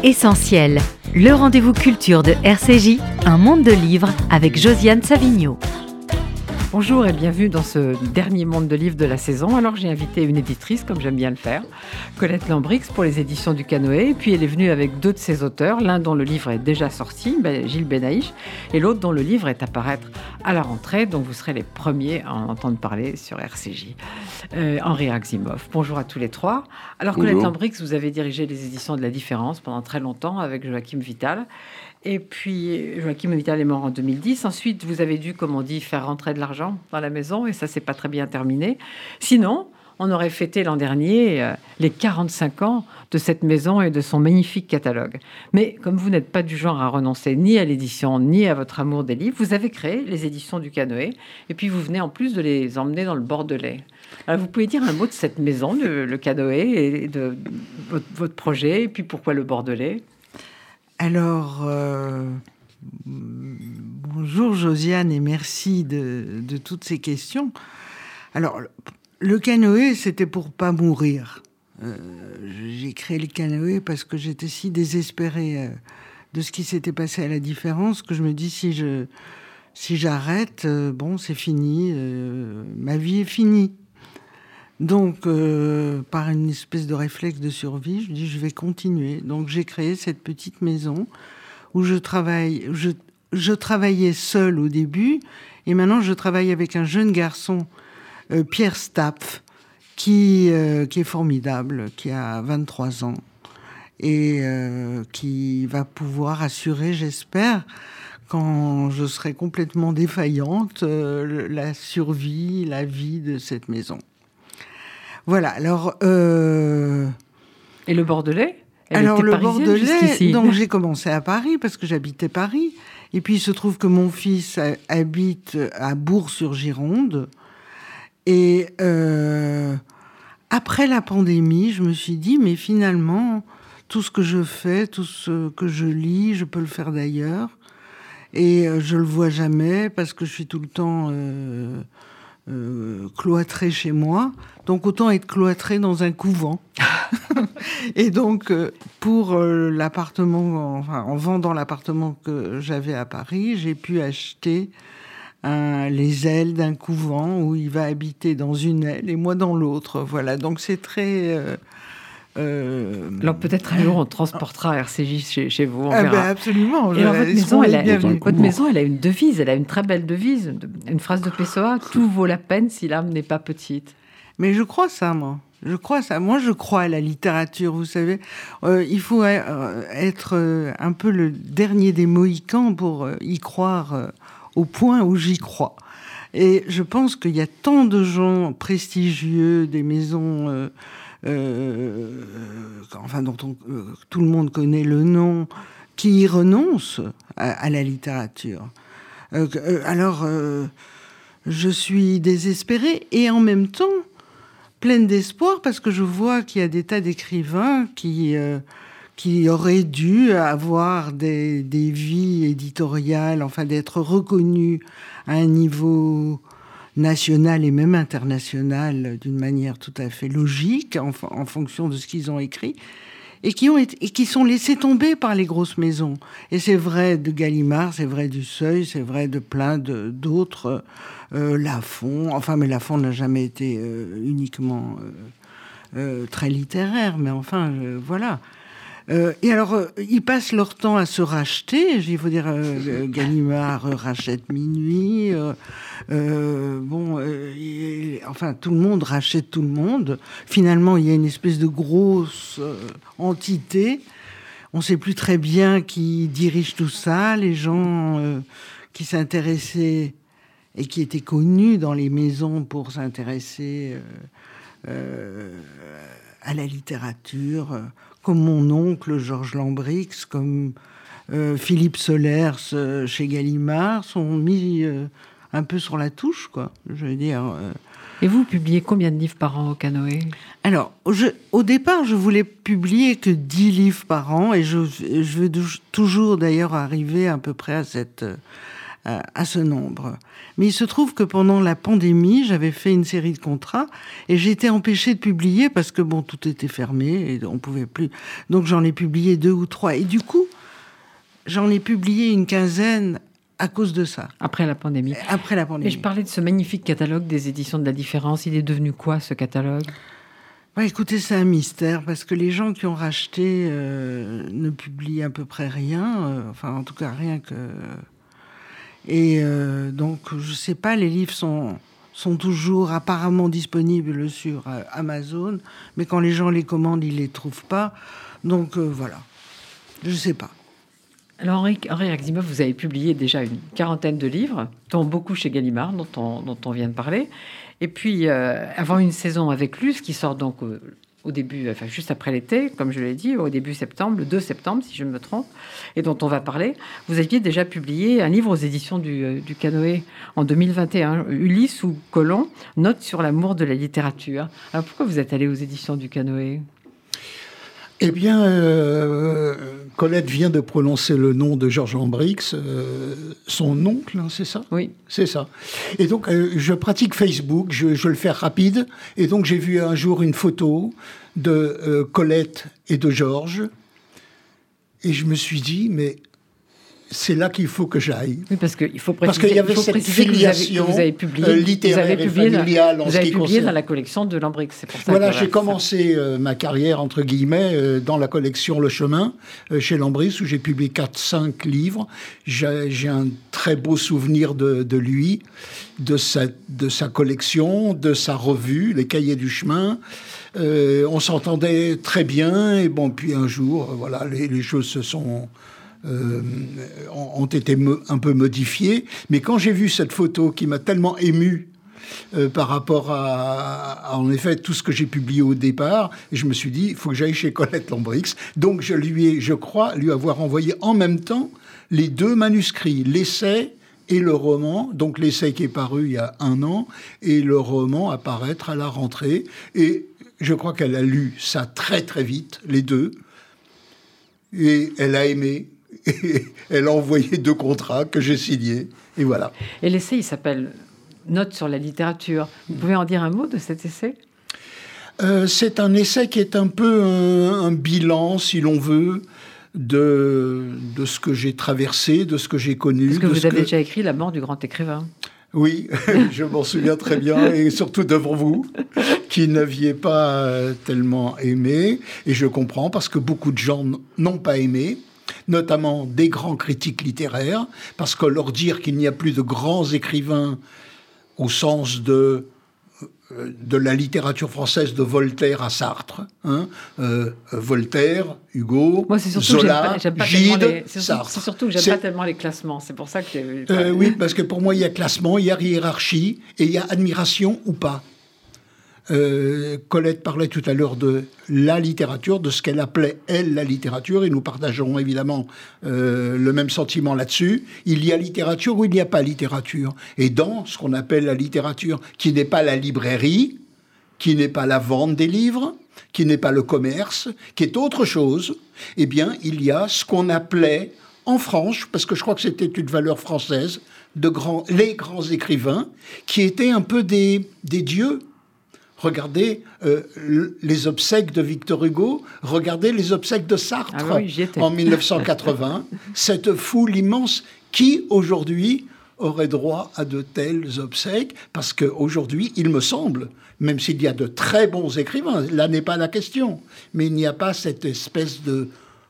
Essentiel, le rendez-vous culture de RCJ, un monde de livres avec Josiane Savigno. Bonjour et bienvenue dans ce dernier monde de livres de la saison. Alors j'ai invité une éditrice, comme j'aime bien le faire, Colette Lambrix, pour les éditions du Canoë. Et puis elle est venue avec deux de ses auteurs, l'un dont le livre est déjà sorti, Gilles Benaïch, et l'autre dont le livre est à paraître à la rentrée. Donc vous serez les premiers à en entendre parler sur RCJ. Henri Axiimov. Bonjour à tous les trois. Alors Colette Lambrix, vous avez dirigé les éditions de La Différence pendant très longtemps avec Joachim Vital. Et puis, Joachim Vital est mort en 2010. Ensuite, vous avez dû, comme on dit, faire rentrer de l'argent dans la maison. Et ça, c'est pas très bien terminé. Sinon, on aurait fêté l'an dernier les 45 ans de cette maison et de son magnifique catalogue. Mais comme vous n'êtes pas du genre à renoncer ni à l'édition, ni à votre amour des livres, vous avez créé les éditions du Canoë. Et puis, vous venez en plus de les emmener dans le Bordelais. Alors, vous pouvez dire un mot de cette maison, le Canoë, et de votre projet, et puis pourquoi le Bordelais ? Alors, bonjour Josiane et merci de toutes ces questions. Alors, le Canoë, c'était pour pas mourir. J'ai créé le Canoë parce que j'étais si désespérée de ce qui s'était passé à La Différence que je me dis si j'arrête, bon, c'est fini, ma vie est finie. Donc, par une espèce de réflexe de survie, je dis je vais continuer. Donc, j'ai créé cette petite maison où je travaille. Je travaillais seule au début, et maintenant je travaille avec un jeune garçon, Pierre Stapf, qui est formidable, qui a 23 ans et qui va pouvoir assurer, j'espère, quand je serai complètement défaillante, la survie, la vie de cette maison. Voilà, alors... Et le Bordelais ? Alors, le Bordelais, donc j'ai commencé à Paris, parce que j'habitais Paris. Et puis, il se trouve que mon fils habite à Bourg-sur-Gironde. Et après la pandémie, je me suis dit, mais finalement, tout ce que je fais, tout ce que je lis, je peux le faire d'ailleurs. Et je le vois jamais, parce que je suis tout le temps... cloîtré chez moi, donc autant être cloîtré dans un couvent. Et donc pour l'appartement, en vendant l'appartement que j'avais à Paris, j'ai pu acheter les ailes d'un couvent où il va habiter dans une aile et moi dans l'autre. Voilà, donc c'est très... Alors peut-être un jour on transportera RCJ chez vous, on verra. Absolument. Et alors, votre maison, elle a une devise, elle a une très belle devise, une phrase de Pessoa, tout vaut la peine si l'âme n'est pas petite. Mais je crois ça, moi. Moi, je crois à la littérature, vous savez. Il faut être un peu le dernier des Mohicans pour y croire au point où j'y crois. Et je pense qu'il y a tant de gens prestigieux, des maisons... dont tout le monde connaît le nom, qui y renoncent à la littérature. Alors, je suis désespérée et en même temps pleine d'espoir parce que je vois qu'il y a des tas d'écrivains qui auraient dû avoir des vies éditoriales, d'être reconnus à un niveau national et même international d'une manière tout à fait logique en fonction de ce qu'ils ont écrit et qui sont laissés tomber par les grosses maisons. Et c'est vrai de Gallimard, c'est vrai du Seuil, c'est vrai de plein d'autres, Lafon. Mais Lafon n'a jamais été uniquement très littéraire, mais voilà. Et alors, ils passent leur temps à se racheter. Il faut dire, Gallimard rachète Minuit. Tout le monde rachète tout le monde. Finalement, il y a une espèce de grosse entité. On ne sait plus très bien qui dirige tout ça. Les gens qui s'intéressaient et qui étaient connus dans les maisons pour s'intéresser à la littérature, comme mon oncle Georges Lambrix, comme Philippe Solers chez Gallimard, sont mis un peu sur la touche, quoi. Je veux dire. Et vous publiez combien de livres par an au Canoë ? Alors, au départ, je voulais publier que 10 livres par an, et je veux toujours d'ailleurs arriver à peu près à ce nombre. Mais il se trouve que pendant la pandémie, j'avais fait une série de contrats et j'ai été empêchée de publier parce que tout était fermé et on pouvait plus. Donc j'en ai publié 2 ou 3 et du coup, j'en ai publié une quinzaine à cause de ça. Après la pandémie. Et je parlais de ce magnifique catalogue des éditions de la Différence. Il est devenu quoi, ce catalogue ? Écoutez, c'est un mystère, parce que les gens qui ont racheté ne publient à peu près rien, en tout cas rien que... Et donc, je sais pas, les livres sont toujours apparemment disponibles sur Amazon, mais quand les gens les commandent, ils les trouvent pas. Donc, voilà, je sais pas. Alors, Henri Axiimov, vous avez publié déjà une quarantaine de livres, dont beaucoup chez Gallimard, dont on vient de parler. Et puis, avant une saison avec Luce, qui sort donc au début, juste après l'été, comme je l'ai dit, au début septembre, le 2 septembre, si je ne me trompe, et dont on va parler, vous aviez déjà publié un livre aux éditions du Canoë en 2021, Ulysse ou Colomb, note sur l'amour de la littérature. Alors, pourquoi vous êtes allé aux éditions du Canoë ? Eh bien, Colette vient de prononcer le nom de Georges Lambrix, son oncle, hein, c'est ça ? Oui. C'est ça. Et donc, je pratique Facebook, je le fais rapide, et donc j'ai vu un jour une photo de Colette et de Georges, et je me suis dit, mais c'est là qu'il faut que j'aille. Oui, parce qu'il faut préciser, parce qu'il y avait cette filiation vous avez publié, littéraire et familiale en ce qui concerne. Vous avez publié dans la collection de Lambrix, c'est pour ça. Voilà, j'ai commencé ma carrière, entre guillemets, dans la collection Le Chemin, chez Lambrix, où j'ai publié 4-5 livres. J'ai un très beau souvenir de lui, de sa collection, de sa revue, Les Cahiers du Chemin. On s'entendait très bien, et puis un jour, voilà, les choses se sont... ont été un peu modifiés. Mais quand j'ai vu cette photo qui m'a tellement ému par rapport à, en effet, tout ce que j'ai publié au départ, et je me suis dit, il faut que j'aille chez Colette Lambrix. Donc je crois lui avoir envoyé en même temps les 2 manuscrits, l'essai et le roman. Donc l'essai qui est paru il y a 1 an et le roman à paraître à la rentrée. Et je crois qu'elle a lu ça très très vite, les 2. Et elle a aimé. Et elle a envoyé 2 contrats que j'ai signés, et voilà. Et l'essai, il s'appelle Note sur la littérature. Vous pouvez en dire un mot de cet essai ? C'est un essai qui est un peu un bilan, si l'on veut, de ce que j'ai traversé, de ce que j'ai connu. Parce que vous avez déjà écrit La mort du grand écrivain. Oui, je m'en souviens très bien, et surtout devant vous, qui n'aviez pas tellement aimé. Et je comprends, parce que beaucoup de gens n'ont pas aimé, notamment des grands critiques littéraires, parce que leur dire qu'il n'y a plus de grands écrivains au sens de la littérature française de Voltaire à Sartre, Voltaire, Hugo, Zola, Gide, Sartre. C'est surtout que j'aime pas tellement les classements, c'est pour ça que... oui, parce que pour moi, il y a classement, il y a hiérarchie, et il y a admiration ou pas. Colette parlait tout à l'heure de la littérature, de ce qu'elle appelait, elle, la littérature, et nous partageons évidemment le même sentiment là-dessus. Il y a littérature ou il n'y a pas littérature. Et dans ce qu'on appelle la littérature, qui n'est pas la librairie, qui n'est pas la vente des livres, qui n'est pas le commerce, qui est autre chose, eh bien, il y a ce qu'on appelait, en France, parce que je crois que c'était une valeur française, les grands écrivains, qui étaient un peu des dieux. Regardez les obsèques de Victor Hugo, regardez les obsèques de Sartre en 1980. Cette foule immense qui, aujourd'hui, aurait droit à de telles obsèques, parce qu'aujourd'hui, il me semble, même s'il y a de très bons écrivains, là n'est pas la question, mais il n'y a pas cette espèce de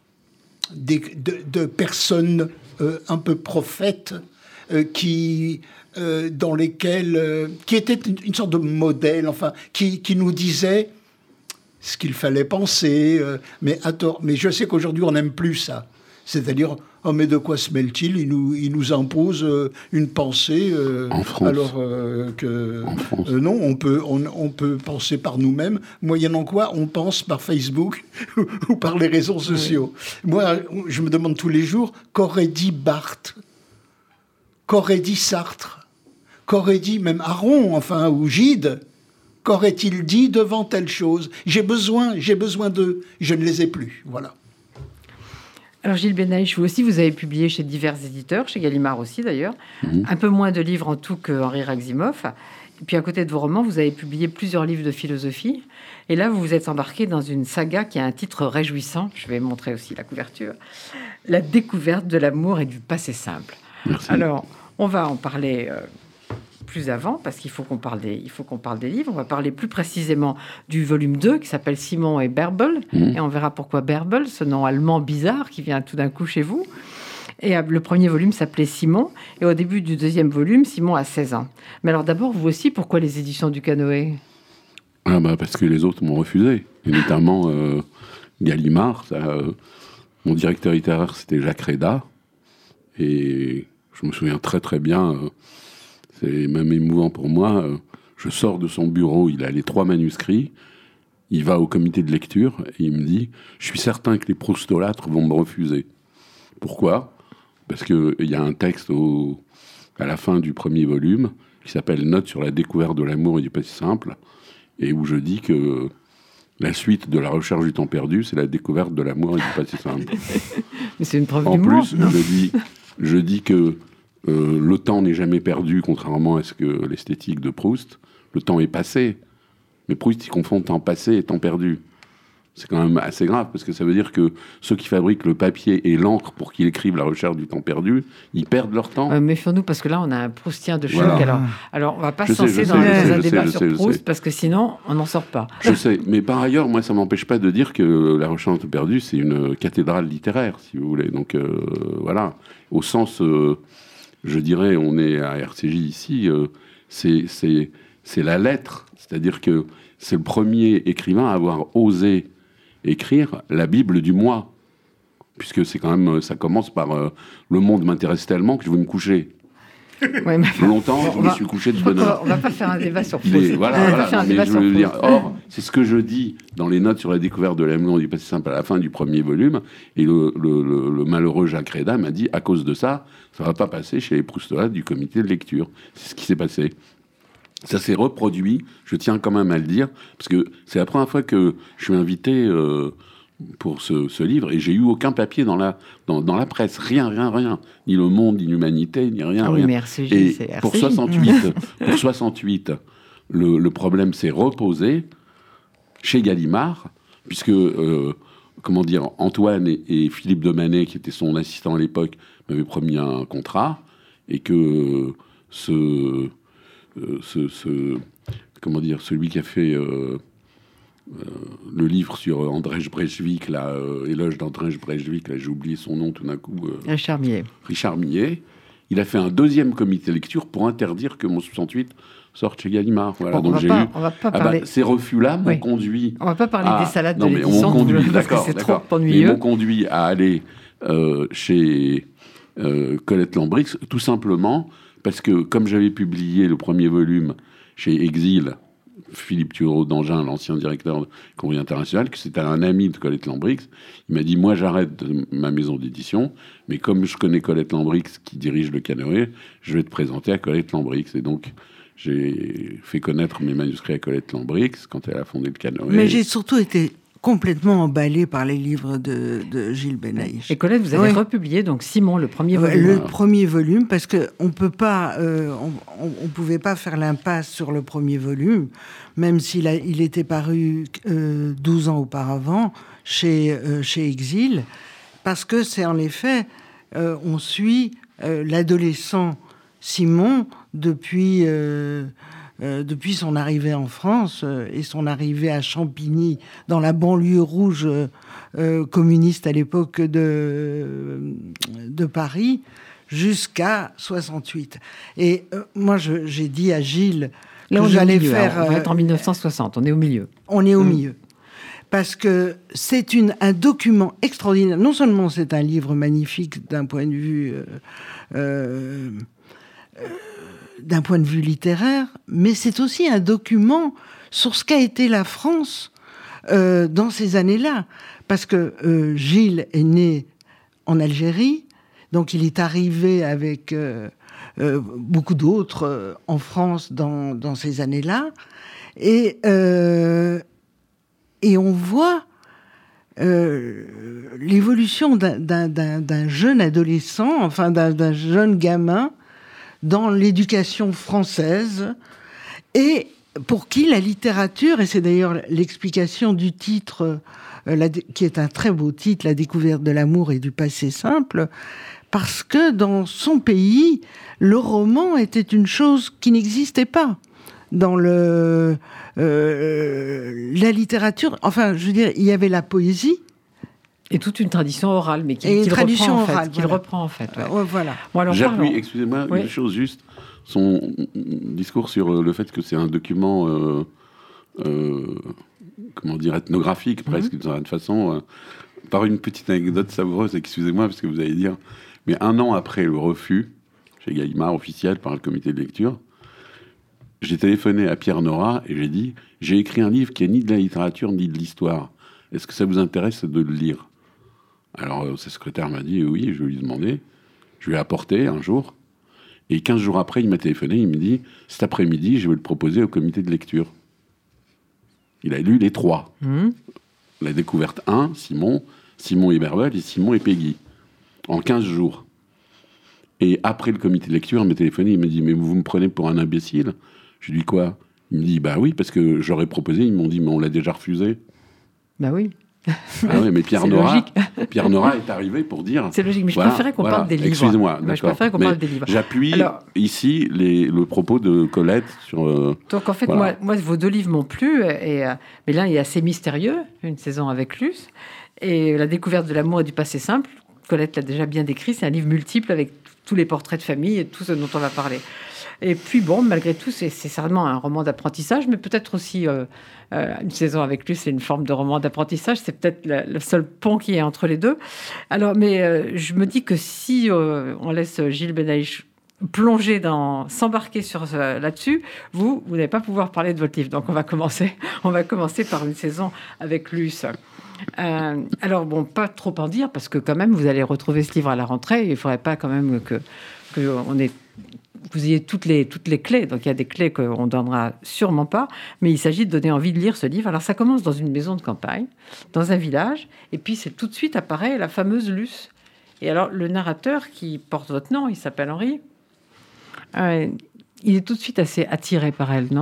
personnes un peu prophètes dans lesquels qui était une sorte de modèle, qui nous disait ce qu'il fallait penser, mais à tort. Mais je sais qu'aujourd'hui on n'aime plus ça. C'est-à-dire, oh mais de quoi se mêle-t-il ? Il nous impose une pensée, en France. Alors que non, on peut penser par nous-mêmes. Moyennant quoi, on pense par Facebook ou par les réseaux sociaux. Oui. Moi, je me demande tous les jours, qu'aurait dit Barthes ? Qu'aurait dit Sartre ? Qu'aurait dit même Aron, ou Gide ? Qu'aurait-il dit devant telle chose ? J'ai besoin d'eux. Je ne les ai plus. Voilà. Alors Gilles Benaïch, vous aussi, vous avez publié chez divers éditeurs, chez Gallimard aussi d'ailleurs, un peu moins de livres en tout que Henri Raximov. Et puis à côté de vos romans, vous avez publié plusieurs livres de philosophie. Et là, vous vous êtes embarqué dans une saga qui a un titre réjouissant. Je vais montrer aussi la couverture. La découverte de l'amour et du passé simple. Merci. Alors, on va en parler plus avant, parce qu'il faut qu'on parle des livres. On va parler plus précisément du volume 2, qui s'appelle Simon et Bärbel. Et on verra pourquoi Bärbel, ce nom allemand bizarre qui vient tout d'un coup chez vous. Et le premier volume s'appelait Simon. Et au début du deuxième volume, Simon a 16 ans. Mais alors d'abord, vous aussi, pourquoi les éditions du Canoë ? Parce que les autres m'ont refusé. Et notamment Gallimard. Mon directeur littéraire, c'était Jacques Réda. Et je me souviens très très bien, c'est même émouvant pour moi, je sors de son bureau, il a les 3 manuscrits, il va au comité de lecture et il me dit « Je suis certain que les proustolâtres vont me refuser. » Pourquoi ? Parce qu'il y a un texte à la fin du premier volume qui s'appelle « Notes sur la découverte de l'amour et du passé simple » et où je dis que la suite de la recherche du temps perdu, c'est la découverte de l'amour et du passé simple. Mais c'est une preuve En d'humour. plus, je dis que le temps n'est jamais perdu, contrairement à ce que l'esthétique de Proust. Le temps est passé. Mais Proust, il confond temps passé et temps perdu. C'est quand même assez grave, parce que ça veut dire que ceux qui fabriquent le papier et l'encre pour qu'ils écrivent la recherche du temps perdu, ils perdent leur temps. Méfions-nous, parce que là, on a un Proustien de choc. Voilà. Alors, on va pas Je se lancer dans un débat sur je Proust, sais. parce que sinon, on n'en sort pas. Je sais, mais par ailleurs, moi, ça m'empêche pas de dire que la recherche du temps perdu, c'est une cathédrale littéraire, si vous voulez. Donc, voilà. Au sens, je dirais, on est à RCJ ici, c'est la lettre. C'est-à-dire que c'est le premier écrivain à avoir osé écrire la Bible du moi, puisque c'est quand même, ça commence par le monde m'intéresse tellement que je veux me coucher. Ouais, mais... Longtemps, je me suis couché de bonheur. On va pas faire un débat sur Proust. Voilà, mais je veux dire, or, c'est ce que je dis dans les notes sur la découverte de l'amour du passé simple à la fin du premier volume, et le malheureux Jacques Réda m'a dit, à cause de ça, ça va pas passer chez les proustolâtres du comité de lecture. C'est ce qui s'est passé. Ça s'est reproduit, je tiens quand même à le dire, parce que c'est la première fois que je suis invité pour ce livre, et j'ai eu aucun papier dans la presse, rien, ni Le Monde, ni l'Humanité, ni rien. Oui, rien. mais RCJ, et c'est RCJ. pour 68, le problème s'est reposé chez Gallimard, puisque, Antoine et Philippe de Manet, qui était son assistant à l'époque, m'avaient promis un contrat, et que celui qui a fait le livre sur Andrzej Breivik, éloge d'Andrzej Breivik, là j'ai oublié son nom tout d'un coup. Richard Millet. Il a fait un deuxième comité de lecture pour interdire que mon 68 sorte chez Gallimard. Voilà, bon, donc on va pas parler. Ces refus-là m'ont conduit. On va pas parler des salades de l'édition. parce que c'est trop ennuyeux. Ils m'ont conduit à aller chez Colette Lambrix, tout simplement parce que, comme j'avais publié le premier volume chez Exil, Philippe Thureau d'Angin, l'ancien directeur de Courrier International, que c'était un ami de Colette Lambrix, il m'a dit, moi j'arrête ma maison d'édition, mais comme je connais Colette Lambrix qui dirige le Canoë, je vais te présenter à Colette Lambrix. Et donc, j'ai fait connaître mes manuscrits à Colette Lambrix quand elle a fondé le Canoë. Mais j'ai surtout été complètement emballé par les livres de Gilles Benaïch. Et Colette, vous avez republié donc Simon, le premier volume. Le premier volume, parce que on peut pas, on pouvait pas faire l'impasse sur le premier volume, même il était paru 12 ans auparavant chez Exil, parce que c'est en effet, on suit l'adolescent Simon depuis son arrivée en France et son arrivée à Champigny, dans la banlieue rouge communiste à l'époque de Paris, jusqu'à 68. Et moi, j'ai dit à Gilles que j'allais faire... on va être en 1960, on est au milieu. On est au milieu. Parce que c'est un document extraordinaire. Non seulement c'est un livre magnifique d'un point de vue littéraire, mais c'est aussi un document sur ce qu'a été la France dans ces années-là. Parce que Gilles est né en Algérie, donc il est arrivé avec beaucoup d'autres en France dans ces années-là. Et on voit l'évolution d'un jeune adolescent, enfin d'un jeune gamin dans l'éducation française, et pour qui la littérature, et c'est d'ailleurs l'explication du titre, qui est un très beau titre, La découverte de l'amour et du passé simple, parce que dans son pays, le roman était une chose qui n'existait pas. Dans la littérature, enfin, je veux dire, il y avait la poésie. Et toute une tradition orale, mais qu'il reprend en fait. Ouais. Voilà. Bon, alors, j'appuie, excusez-moi, une chose juste, son discours sur le fait que c'est un document, comment dire, ethnographique presque, d'une certaine façon, par une petite anecdote savoureuse, excusez-moi, parce que vous allez dire, mais 1 an après le refus, chez Gallimard, officiel, par le comité de lecture, j'ai téléphoné à Pierre Nora et j'ai dit « J'ai écrit un livre qui n'est ni de la littérature ni de l'histoire. Est-ce que ça vous intéresse de le lire ?» Alors, sa secrétaire m'a dit « Oui, je lui ai demandé. » Je lui ai apporté un jour. Et 15 jours après, il m'a téléphoné. Il me dit « Cet après-midi, je vais le proposer au comité de lecture. » Il a lu les 3. La découverte 1, Simon et Berbel, et Simon et Peggy. En 15 jours. Et après le comité de lecture, il m'a téléphoné. Il m'a dit « Mais vous me prenez pour un imbécile ?» Je lui dis quoi? Il me dit bah oui, parce que j'aurais proposé. Ils m'ont dit mais on l'a déjà refusé. Bah oui. Ah ouais, mais Pierre Nora est arrivé pour dire. C'est logique, mais je préférais qu'on parle des livres. Excusez-moi, d'accord. Je préférais qu'on parle des livres. J'appuie ici le propos de Colette sur. Donc en fait, moi, vos 2 livres m'ont plu, mais l'un est assez mystérieux, Une saison avec Luce, et La découverte de l'amour et du passé simple. Colette l'a déjà bien décrit. C'est un livre multiple avec tous les portraits de famille et tout ce dont on va parler. Et puis, bon, malgré tout, c'est certainement un roman d'apprentissage, mais peut-être aussi Une saison avec lui, c'est une forme de roman d'apprentissage. C'est peut-être le seul pont qui est entre les deux. Alors, mais je me dis que si on laisse Gilles Benaïch s'embarquer là-dessus, vous n'allez pas pouvoir parler de votre livre. Donc, on va commencer par Une saison avec Luce. Alors, bon, pas trop en dire, parce que quand même, vous allez retrouver ce livre à la rentrée. Il ne faudrait pas quand même que vous ayez toutes les clés. Donc, il y a des clés qu'on ne donnera sûrement pas, mais il s'agit de donner envie de lire ce livre. Alors, ça commence dans une maison de campagne, dans un village, et puis tout de suite apparaît la fameuse Luce. Et alors, le narrateur qui porte votre nom, il s'appelle Henri, il est tout de suite assez attiré par elle, non ?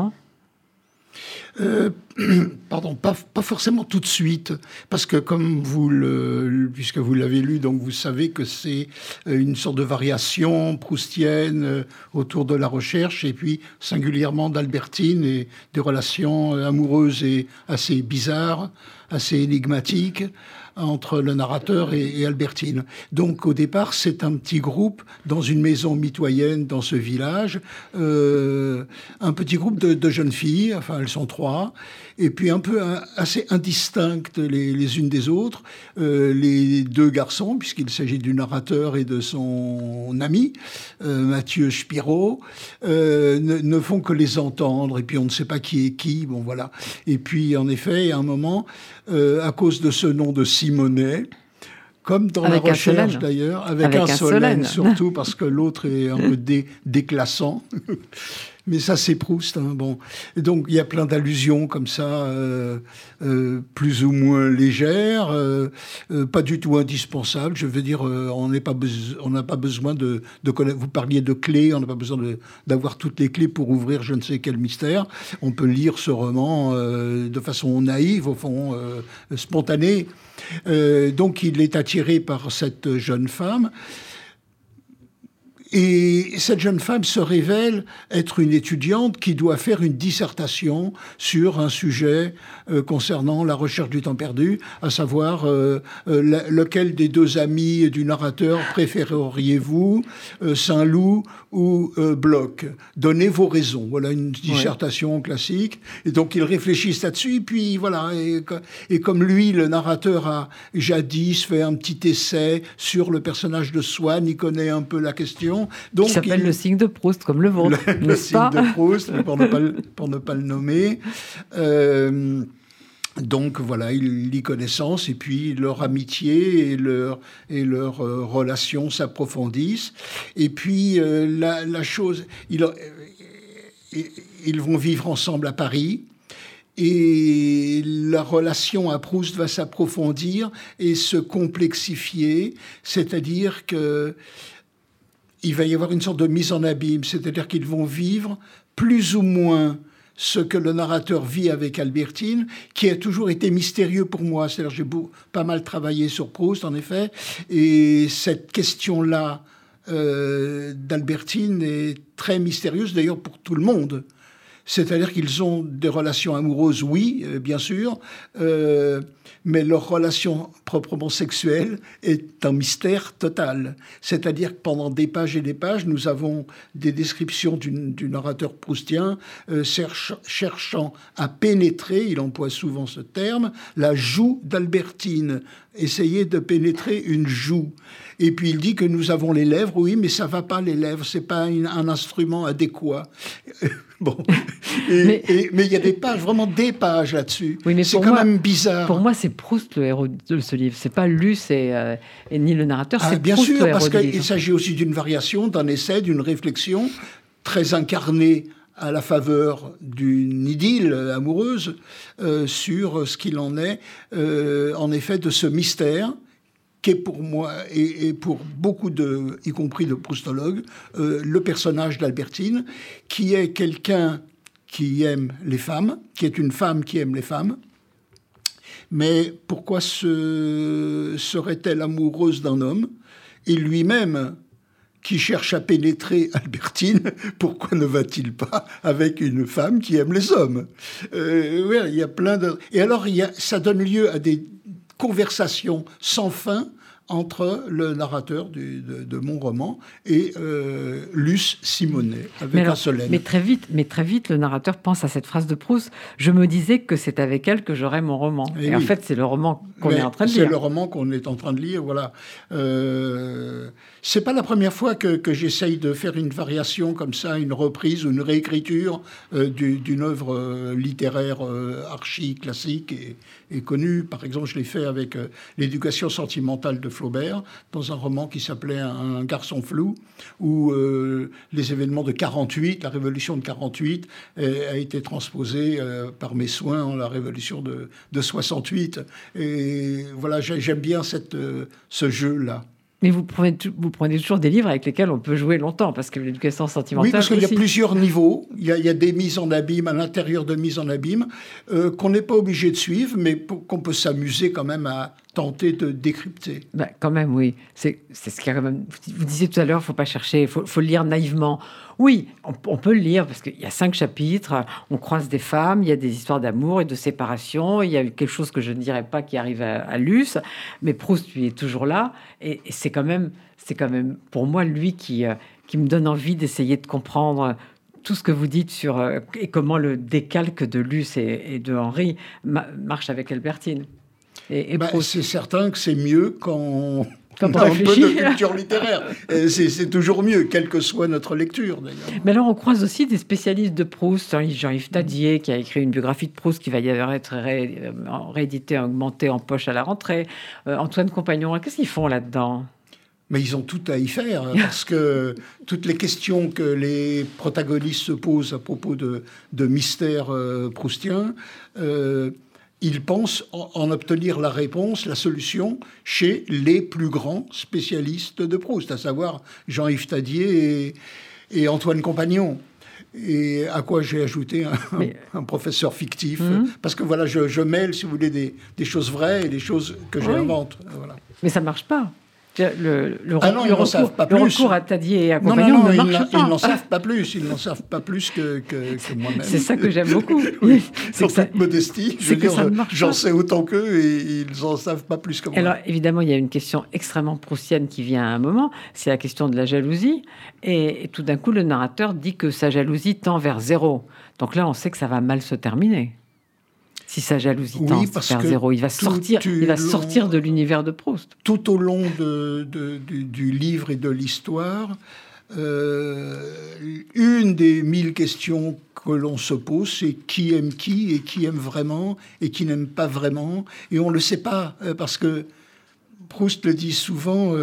Pardon, pas forcément tout de suite, parce que puisque vous l'avez lu, donc vous savez que c'est une sorte de variation proustienne autour de la recherche, et puis singulièrement d'Albertine, et des relations amoureuses et assez bizarres, assez énigmatiques, entre le narrateur et Albertine. Donc au départ, c'est un petit groupe dans une maison mitoyenne dans ce village, un petit groupe de jeunes filles, enfin elles sont 3, et puis un peu assez indistinctes les unes des autres. Les 2 garçons, puisqu'il s'agit du narrateur et de son ami, Mathieu Spiro, ne font que les entendre, et puis on ne sait pas qui est qui, bon voilà. Et puis en effet, à un moment, à cause de ce nom de Simonet, comme dans la recherche d'ailleurs, avec un Solène surtout, parce que l'autre est un peu déclassant. Mais ça, c'est Proust. Hein, bon. Et donc, il y a plein d'allusions comme ça, plus ou moins légères, pas du tout indispensables. Je veux dire, on n'a pas besoin de connaître. Vous parliez de clés, on n'a pas besoin d'avoir toutes les clés pour ouvrir je ne sais quel mystère. On peut lire ce roman de façon naïve, au fond, spontanée. Donc, il est attiré par cette jeune femme. Et cette jeune femme se révèle être une étudiante qui doit faire une dissertation sur un sujet concernant la recherche du temps perdu, à savoir lequel des 2 amis du narrateur préféreriez-vous, Saint-Loup ou Bloch? Donnez vos raisons. Voilà une dissertation classique. Et donc ils réfléchissent là-dessus. Et puis voilà. Et comme lui, le narrateur a jadis fait un petit essai sur le personnage de Swann, il connaît un peu la question. Donc, qui s'appelle le signe de Proust, comme le vôtre. Le signe de Proust, pour ne pas le nommer. Donc voilà, il lit connaissance, et puis leur amitié et leur relation s'approfondissent. Et puis la chose, ils vont vivre ensemble à Paris. Et la relation à Proust va s'approfondir et se complexifier, c'est-à-dire que il va y avoir une sorte de mise en abîme, c'est-à-dire qu'ils vont vivre plus ou moins ce que le narrateur vit avec Albertine, qui a toujours été mystérieux pour moi. C'est-à-dire j'ai pas mal travaillé sur Proust, en effet, et cette question-là d'Albertine est très mystérieuse, d'ailleurs pour tout le monde. C'est-à-dire qu'ils ont des relations amoureuses, oui, bien sûr, mais leur relation proprement sexuelle est un mystère total. C'est-à-dire que pendant des pages et des pages, nous avons des descriptions du narrateur proustien cherchant à pénétrer, il emploie souvent ce terme, la joue d'Albertine. Essayer de pénétrer une joue. Et puis il dit que nous avons les lèvres, oui, mais ça va pas les lèvres, c'est pas un instrument adéquat. Bon, mais il y a des pages, vraiment des pages là-dessus. Oui, mais c'est quand même bizarre. Pour moi, c'est Proust le héros de ce livre. C'est pas Luce et ni le narrateur, c'est bien Proust sûr, le héros parce du livre. qu'il s'agit aussi d'une variation, d'un essai, d'une réflexion très incarnée à la faveur d'une idylle amoureuse sur ce qu'il en est, en effet, de ce mystère qui est pour moi, et pour beaucoup y compris de proustologues, le personnage d'Albertine, qui est quelqu'un qui aime les femmes, qui est une femme qui aime les femmes. Mais pourquoi serait-elle amoureuse d'un homme ? Et lui-même, qui cherche à pénétrer Albertine, pourquoi ne va-t-il pas avec une femme qui aime les hommes ? Oui, il y a plein de... Et alors, ça donne lieu à des conversation sans fin entre le narrateur de mon roman et Luce Simonet, avec un Solène. Mais très vite, le narrateur pense à cette phrase de Proust. Je me disais que c'est avec elle que j'aurais mon roman. Et oui. En fait, c'est le roman qu'on est en train de lire. C'est le roman qu'on est en train de lire, voilà. C'est pas la première fois que j'essaye de faire une variation comme ça, une reprise ou une réécriture d'une œuvre littéraire archi-classique et connue. Par exemple, je l'ai fait avec L'éducation sentimentale de Flaubert, dans un roman qui s'appelait Un garçon flou, où les événements de 48, la révolution de 48, a été transposée par mes soins en la révolution de 68. Et voilà, j'aime bien ce jeu-là. Mais vous prenez toujours des livres avec lesquels on peut jouer longtemps, parce que l'éducation sentimentale... Oui, parce qu'il y a aussi plusieurs niveaux. Il y a des mises en abîme, à l'intérieur de mises en abîme, qu'on n'est pas obligé de suivre, mais qu'on peut s'amuser quand même à tenter de décrypter. Ben, quand même, oui. C'est ce qu'il y a quand même... Vous disiez tout à l'heure, il ne faut pas chercher, il faut le lire naïvement. Oui, on peut le lire, parce qu'il y a 5 chapitres, on croise des femmes, il y a des histoires d'amour et de séparation, il y a quelque chose que je ne dirais pas qui arrive à Luce, mais Proust, lui, est toujours là, et c'est quand même, pour moi, lui qui me donne envie d'essayer de comprendre tout ce que vous dites sur et comment le décalque de Luce et de Henri marche avec Albertine. C'est certain que c'est mieux quand on a un peu de culture littéraire. C'est toujours mieux, quelle que soit notre lecture, d'ailleurs. Mais alors, on croise aussi des spécialistes de Proust. Jean-Yves Tadier, qui a écrit une biographie de Proust qui va y avoir être rééditée, augmentée en poche à la rentrée. Antoine Compagnon, qu'est-ce qu'ils font là-dedans ? Mais ils ont tout à y faire, parce que toutes les questions que les protagonistes se posent à propos de mystères proustiens... ils pensent en obtenir la réponse, la solution, chez les plus grands spécialistes de Proust, à savoir Jean-Yves Tadier et Antoine Compagnon. Et à quoi j'ai ajouté un professeur fictif, parce que voilà, je mêle, si vous voulez, des choses vraies et des choses que j'invente. Voilà. Mais ça ne marche pas. Le recours à Tadier et à Compagnon ne marche pas. Ils n'en savent pas plus. Ils n'en savent pas plus que moi-même. C'est ça que j'aime beaucoup. Oui, c'est toute modestie. J'en sais autant qu'eux et ils n'en savent pas plus que moi. Alors, évidemment, il y a une question extrêmement proustienne qui vient à un moment. C'est la question de la jalousie. Et tout d'un coup, le narrateur dit que sa jalousie tend vers 0. Donc là, on sait que ça va mal se terminer. Si sa jalousie tend vers 0, il va sortir de l'univers de Proust. Tout au long du livre et de l'histoire, une des 1000 questions que l'on se pose, c'est qui aime qui et qui aime vraiment et qui n'aime pas vraiment. Et on ne le sait pas, parce que Proust le dit souvent,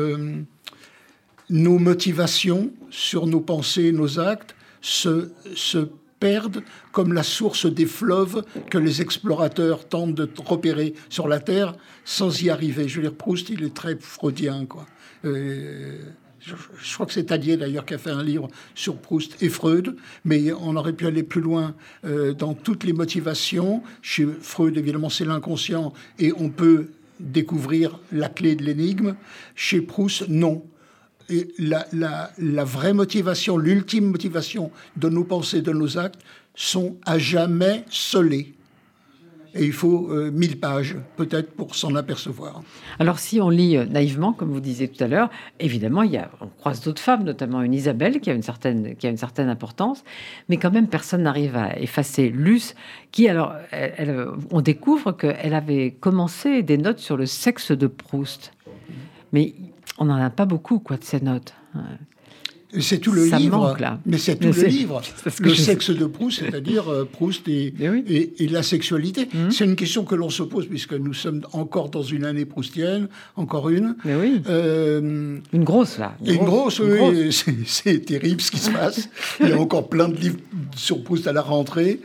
nos motivations sur nos pensées et nos actes se perdent, comme la source des fleuves que les explorateurs tentent de repérer sur la Terre sans y arriver. Je veux dire, Proust, il est très freudien, quoi. Je crois que c'est Tadier d'ailleurs qui a fait un livre sur Proust et Freud, mais on aurait pu aller plus loin dans toutes les motivations. Chez Freud, évidemment, c'est l'inconscient et on peut découvrir la clé de l'énigme. Chez Proust, non. Et la vraie motivation, l'ultime motivation de nos pensées, de nos actes, sont à jamais scellées. Et il faut 1000 pages, peut-être, pour s'en apercevoir. Alors, si on lit naïvement, comme vous disiez tout à l'heure, évidemment, on croise d'autres femmes, notamment une Isabelle, qui a une certaine importance, mais quand même, personne n'arrive à effacer Luce, qui, alors, on découvre qu'elle avait commencé des notes sur le sexe de Proust. Mais on n'en a pas beaucoup, quoi, de ces notes. C'est tout le livre, manque, là. Mais c'est tout le livre. Le sexe de Proust, c'est-à-dire Proust et la sexualité. C'est une question que l'on se pose, puisque nous sommes encore dans une année proustienne, encore une. Mais oui. Une grosse, là. Une grosse. C'est terrible ce qui se passe. Il y a encore plein de livres sur Proust à la rentrée.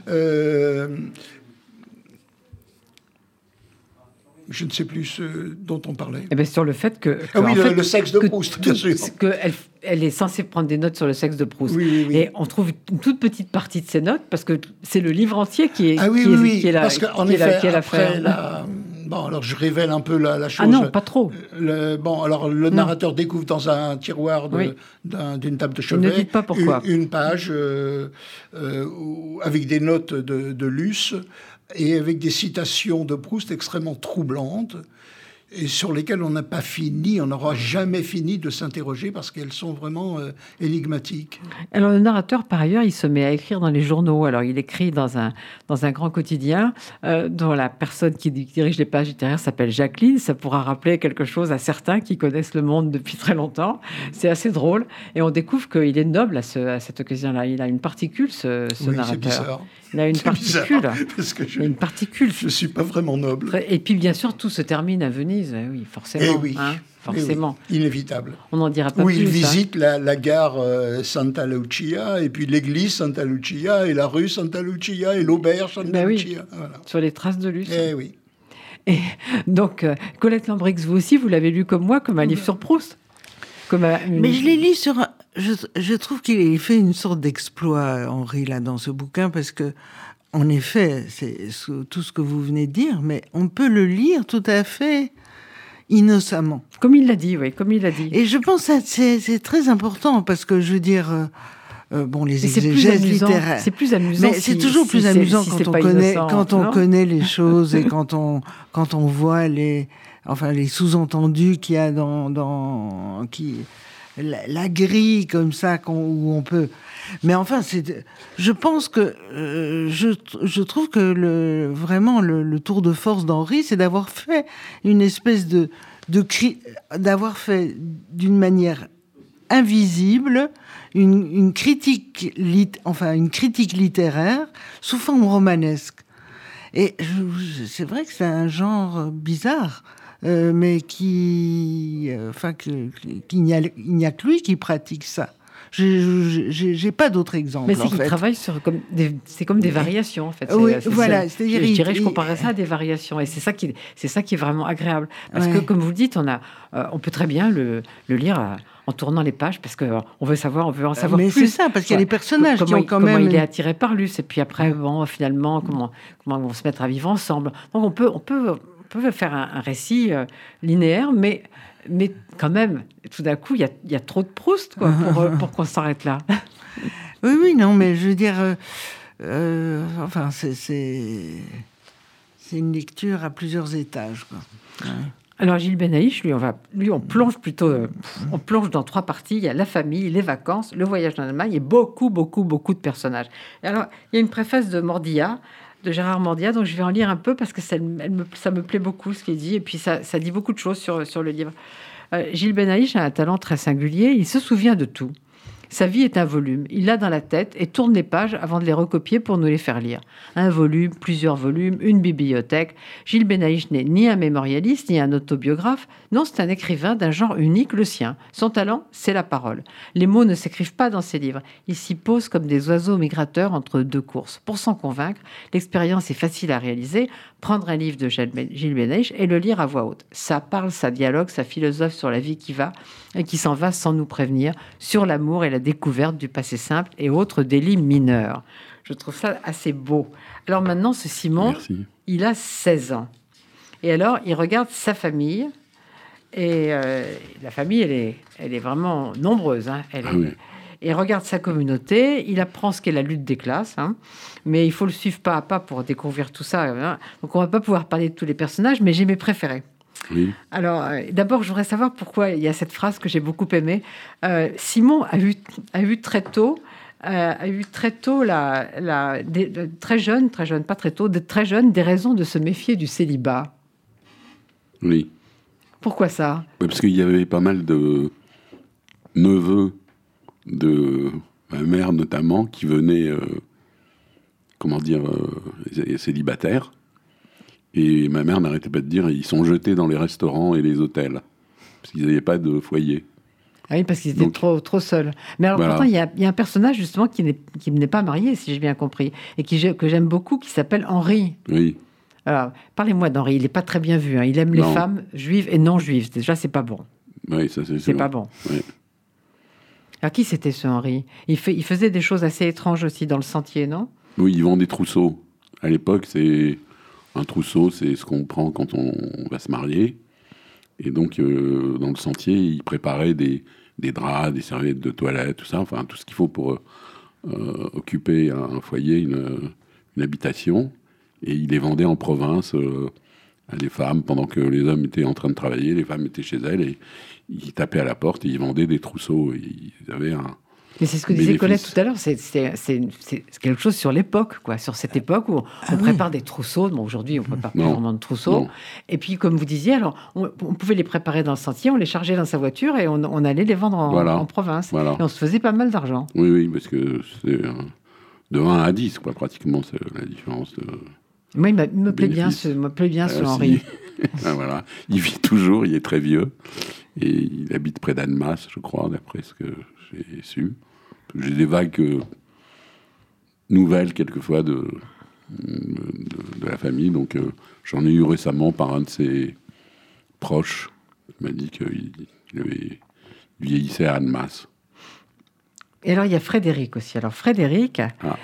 Je ne sais plus ce dont on parlait. Eh bien, sur le fait que... le sexe de Proust, bien sûr. Elle est censée prendre des notes sur le sexe de Proust. Oui. Et on trouve une toute petite partie de ces notes, parce que c'est le livre entier qui est là. Parce qu'en effet, après... Bon, alors je révèle un peu la chose. Ah non, pas trop. Le narrateur découvre dans un tiroir d'une table de chevet... Ne dites pas pourquoi. Une page avec des notes de Luce... et avec des citations de Proust extrêmement troublantes, et sur lesquelles on n'a pas fini, on n'aura jamais fini de s'interroger, parce qu'elles sont vraiment énigmatiques. Alors, le narrateur, par ailleurs, il se met à écrire dans les journaux. Alors, il écrit dans un grand quotidien dont la personne qui dirige les pages littéraires s'appelle Jacqueline. Ça pourra rappeler quelque chose à certains qui connaissent le monde depuis très longtemps. C'est assez drôle. Et on découvre qu'il est noble à cette occasion-là. Il a une particule, ce narrateur. C'est bizarre. Il a une particule. Parce que une particule. Je ne suis pas vraiment noble. Et puis, bien sûr, tout se termine à Venise. Oui, forcément. Forcément. Inévitable. On n'en dira pas plus. plus. Il visite la gare Santa Lucia, et puis l'église Santa Lucia, et la rue Santa Lucia, et l'auberge Santa Lucia. Voilà. Sur les traces de Luce. Oui. Et donc, Colette Lambrix, vous aussi, vous l'avez lu comme moi, comme un livre sur Proust. Mais je l'ai lu sur... Je trouve qu'il fait une sorte d'exploit, Henri, là, dans ce bouquin, parce que, en effet, c'est tout ce que vous venez de dire, mais on peut le lire tout à fait innocemment. Comme il l'a dit, oui, comme il l'a dit. Et je pense que c'est très important, parce que, je veux dire... les exégèses littéraires. C'est plus amusant. Mais c'est toujours plus amusant quand on connaît les choses et quand on voit les sous-entendus qu'il y a dans la grille comme ça où on peut. Mais enfin, je pense que je trouve que vraiment le tour de force d'Henri, c'est d'avoir fait une espèce d'avoir fait d'une manière invisible une critique littéraire sous forme romanesque. Et c'est vrai que c'est un genre bizarre, mais il n'y a que lui qui pratique ça. J'ai pas d'autres exemples. Mais c'est qu'il travaille c'est comme des variations en fait. Oui, voilà. C'est-à-dire, je comparais ça à des variations, et c'est ça qui est vraiment agréable, parce que comme vous le dites, on peut très bien le lire en tournant les pages, parce qu'on veut en savoir mais plus. C'est ça, parce qu'il y a les personnages qui ont comment il est attiré par Luce, et puis après, finalement, comment ils vont se mettre à vivre ensemble. Donc on peut faire un récit linéaire, mais quand même, tout d'un coup, il y a trop de Proust, quoi, pour qu'on s'arrête là. Oui, non, mais je veux dire, c'est une lecture à plusieurs étages, quoi. Ouais. Alors Gilles Benaïch, on plonge dans 3 parties. Il y a la famille, les vacances, le voyage en Allemagne et beaucoup, beaucoup, beaucoup de personnages. Et alors, il y a une préface de Gérard Mordia, donc je vais en lire un peu parce que ça me plaît beaucoup ce qu'il dit, et puis ça dit beaucoup de choses sur le livre. Gilles Benaïch a un talent très singulier, il se souvient de tout. Sa vie est un volume. Il l'a dans la tête et tourne les pages avant de les recopier pour nous les faire lire. Un volume, plusieurs volumes, une bibliothèque. Gilles Benaïch n'est ni un mémorialiste, ni un autobiographe. Non, c'est un écrivain d'un genre unique, le sien. Son talent, c'est la parole. Les mots ne s'écrivent pas dans ses livres. Ils s'y posent comme des oiseaux migrateurs entre deux courses. Pour s'en convaincre, l'expérience est facile à réaliser. Prendre un livre de Gilles Benaïch et le lire à voix haute. Ça parle, ça dialogue, ça philosophe sur la vie qui va et qui s'en va sans nous prévenir, sur l'amour et la découverte du passé simple et autres délits mineurs. Je trouve ça assez beau. Alors maintenant, ce Simon, Merci. il a 16 ans. Et alors, il regarde sa famille. Et la famille, elle est vraiment nombreuse. Hein. Oui. Et regarde sa communauté. Il apprend ce qu'est la lutte des classes. Hein. Mais il faut le suivre pas à pas pour découvrir tout ça. Hein. Donc, on va pas pouvoir parler de tous les personnages, mais j'ai mes préférés. Oui. Alors, d'abord, je voudrais savoir pourquoi il y a cette phrase que j'ai beaucoup aimée. Simon a eu très tôt très jeune, pas très tôt, très jeune, des raisons de se méfier du célibat. Oui. Pourquoi ça? Ouais, parce qu'il y avait pas mal de neveux de ma mère notamment qui venaient, célibataires. Et ma mère n'arrêtait pas de dire ils sont jetés dans les restaurants et les hôtels parce qu'ils n'avaient pas de foyer. Ah oui, parce qu'ils étaient trop seuls. Mais alors Voilà. pourtant, il y a un personnage justement qui n'est pas marié, si j'ai bien compris, et que j'aime beaucoup, qui s'appelle Henri. Oui. Alors, parlez-moi d'Henri. Il n'est pas très bien vu. Hein. Il aime les Non. femmes juives et non juives. Déjà, c'est pas bon. Oui, ça c'est sûr. C'est pas bon. Oui. Alors, qui c'était ce Henri? Il faisait des choses assez étranges aussi dans le sentier, non? Oui, ils vendent des trousseaux. À l'époque, c'est un trousseau, c'est ce qu'on prend quand on va se marier. Et donc, dans le sentier, ils préparaient des draps, des serviettes de toilette, tout ça, enfin tout ce qu'il faut pour occuper un foyer, une habitation. Et ils les vendaient en province à des femmes pendant que les hommes étaient en train de travailler, les femmes étaient chez elles et ils tapaient à la porte et ils vendaient des trousseaux. Et ils avaient un. Mais c'est ce que disait Colette tout à l'heure, c'est quelque chose sur l'époque, quoi, sur cette époque où on prépare des trousseaux. Bon, aujourd'hui, on ne prépare pas vraiment de trousseaux. Non. Et puis, comme vous disiez, alors, on pouvait les préparer dans le sentier, on les chargeait dans sa voiture et on allait les vendre en province. Voilà. Et on se faisait pas mal d'argent. Oui, parce que c'est de 1 à 10, quoi, pratiquement, c'est la différence. Moi, il me plaît bien ce Henri. Voilà. Il vit toujours, il est très vieux. Et il habite près d'Annemasse, je crois, d'après ce que j'ai su. J'ai des vagues nouvelles, quelquefois, de la famille. Donc, j'en ai eu récemment par un de ses proches. Il m'a dit qu'il vieillissait à Annemasse. Et alors, il y a Frédéric aussi. Alors, Frédéric,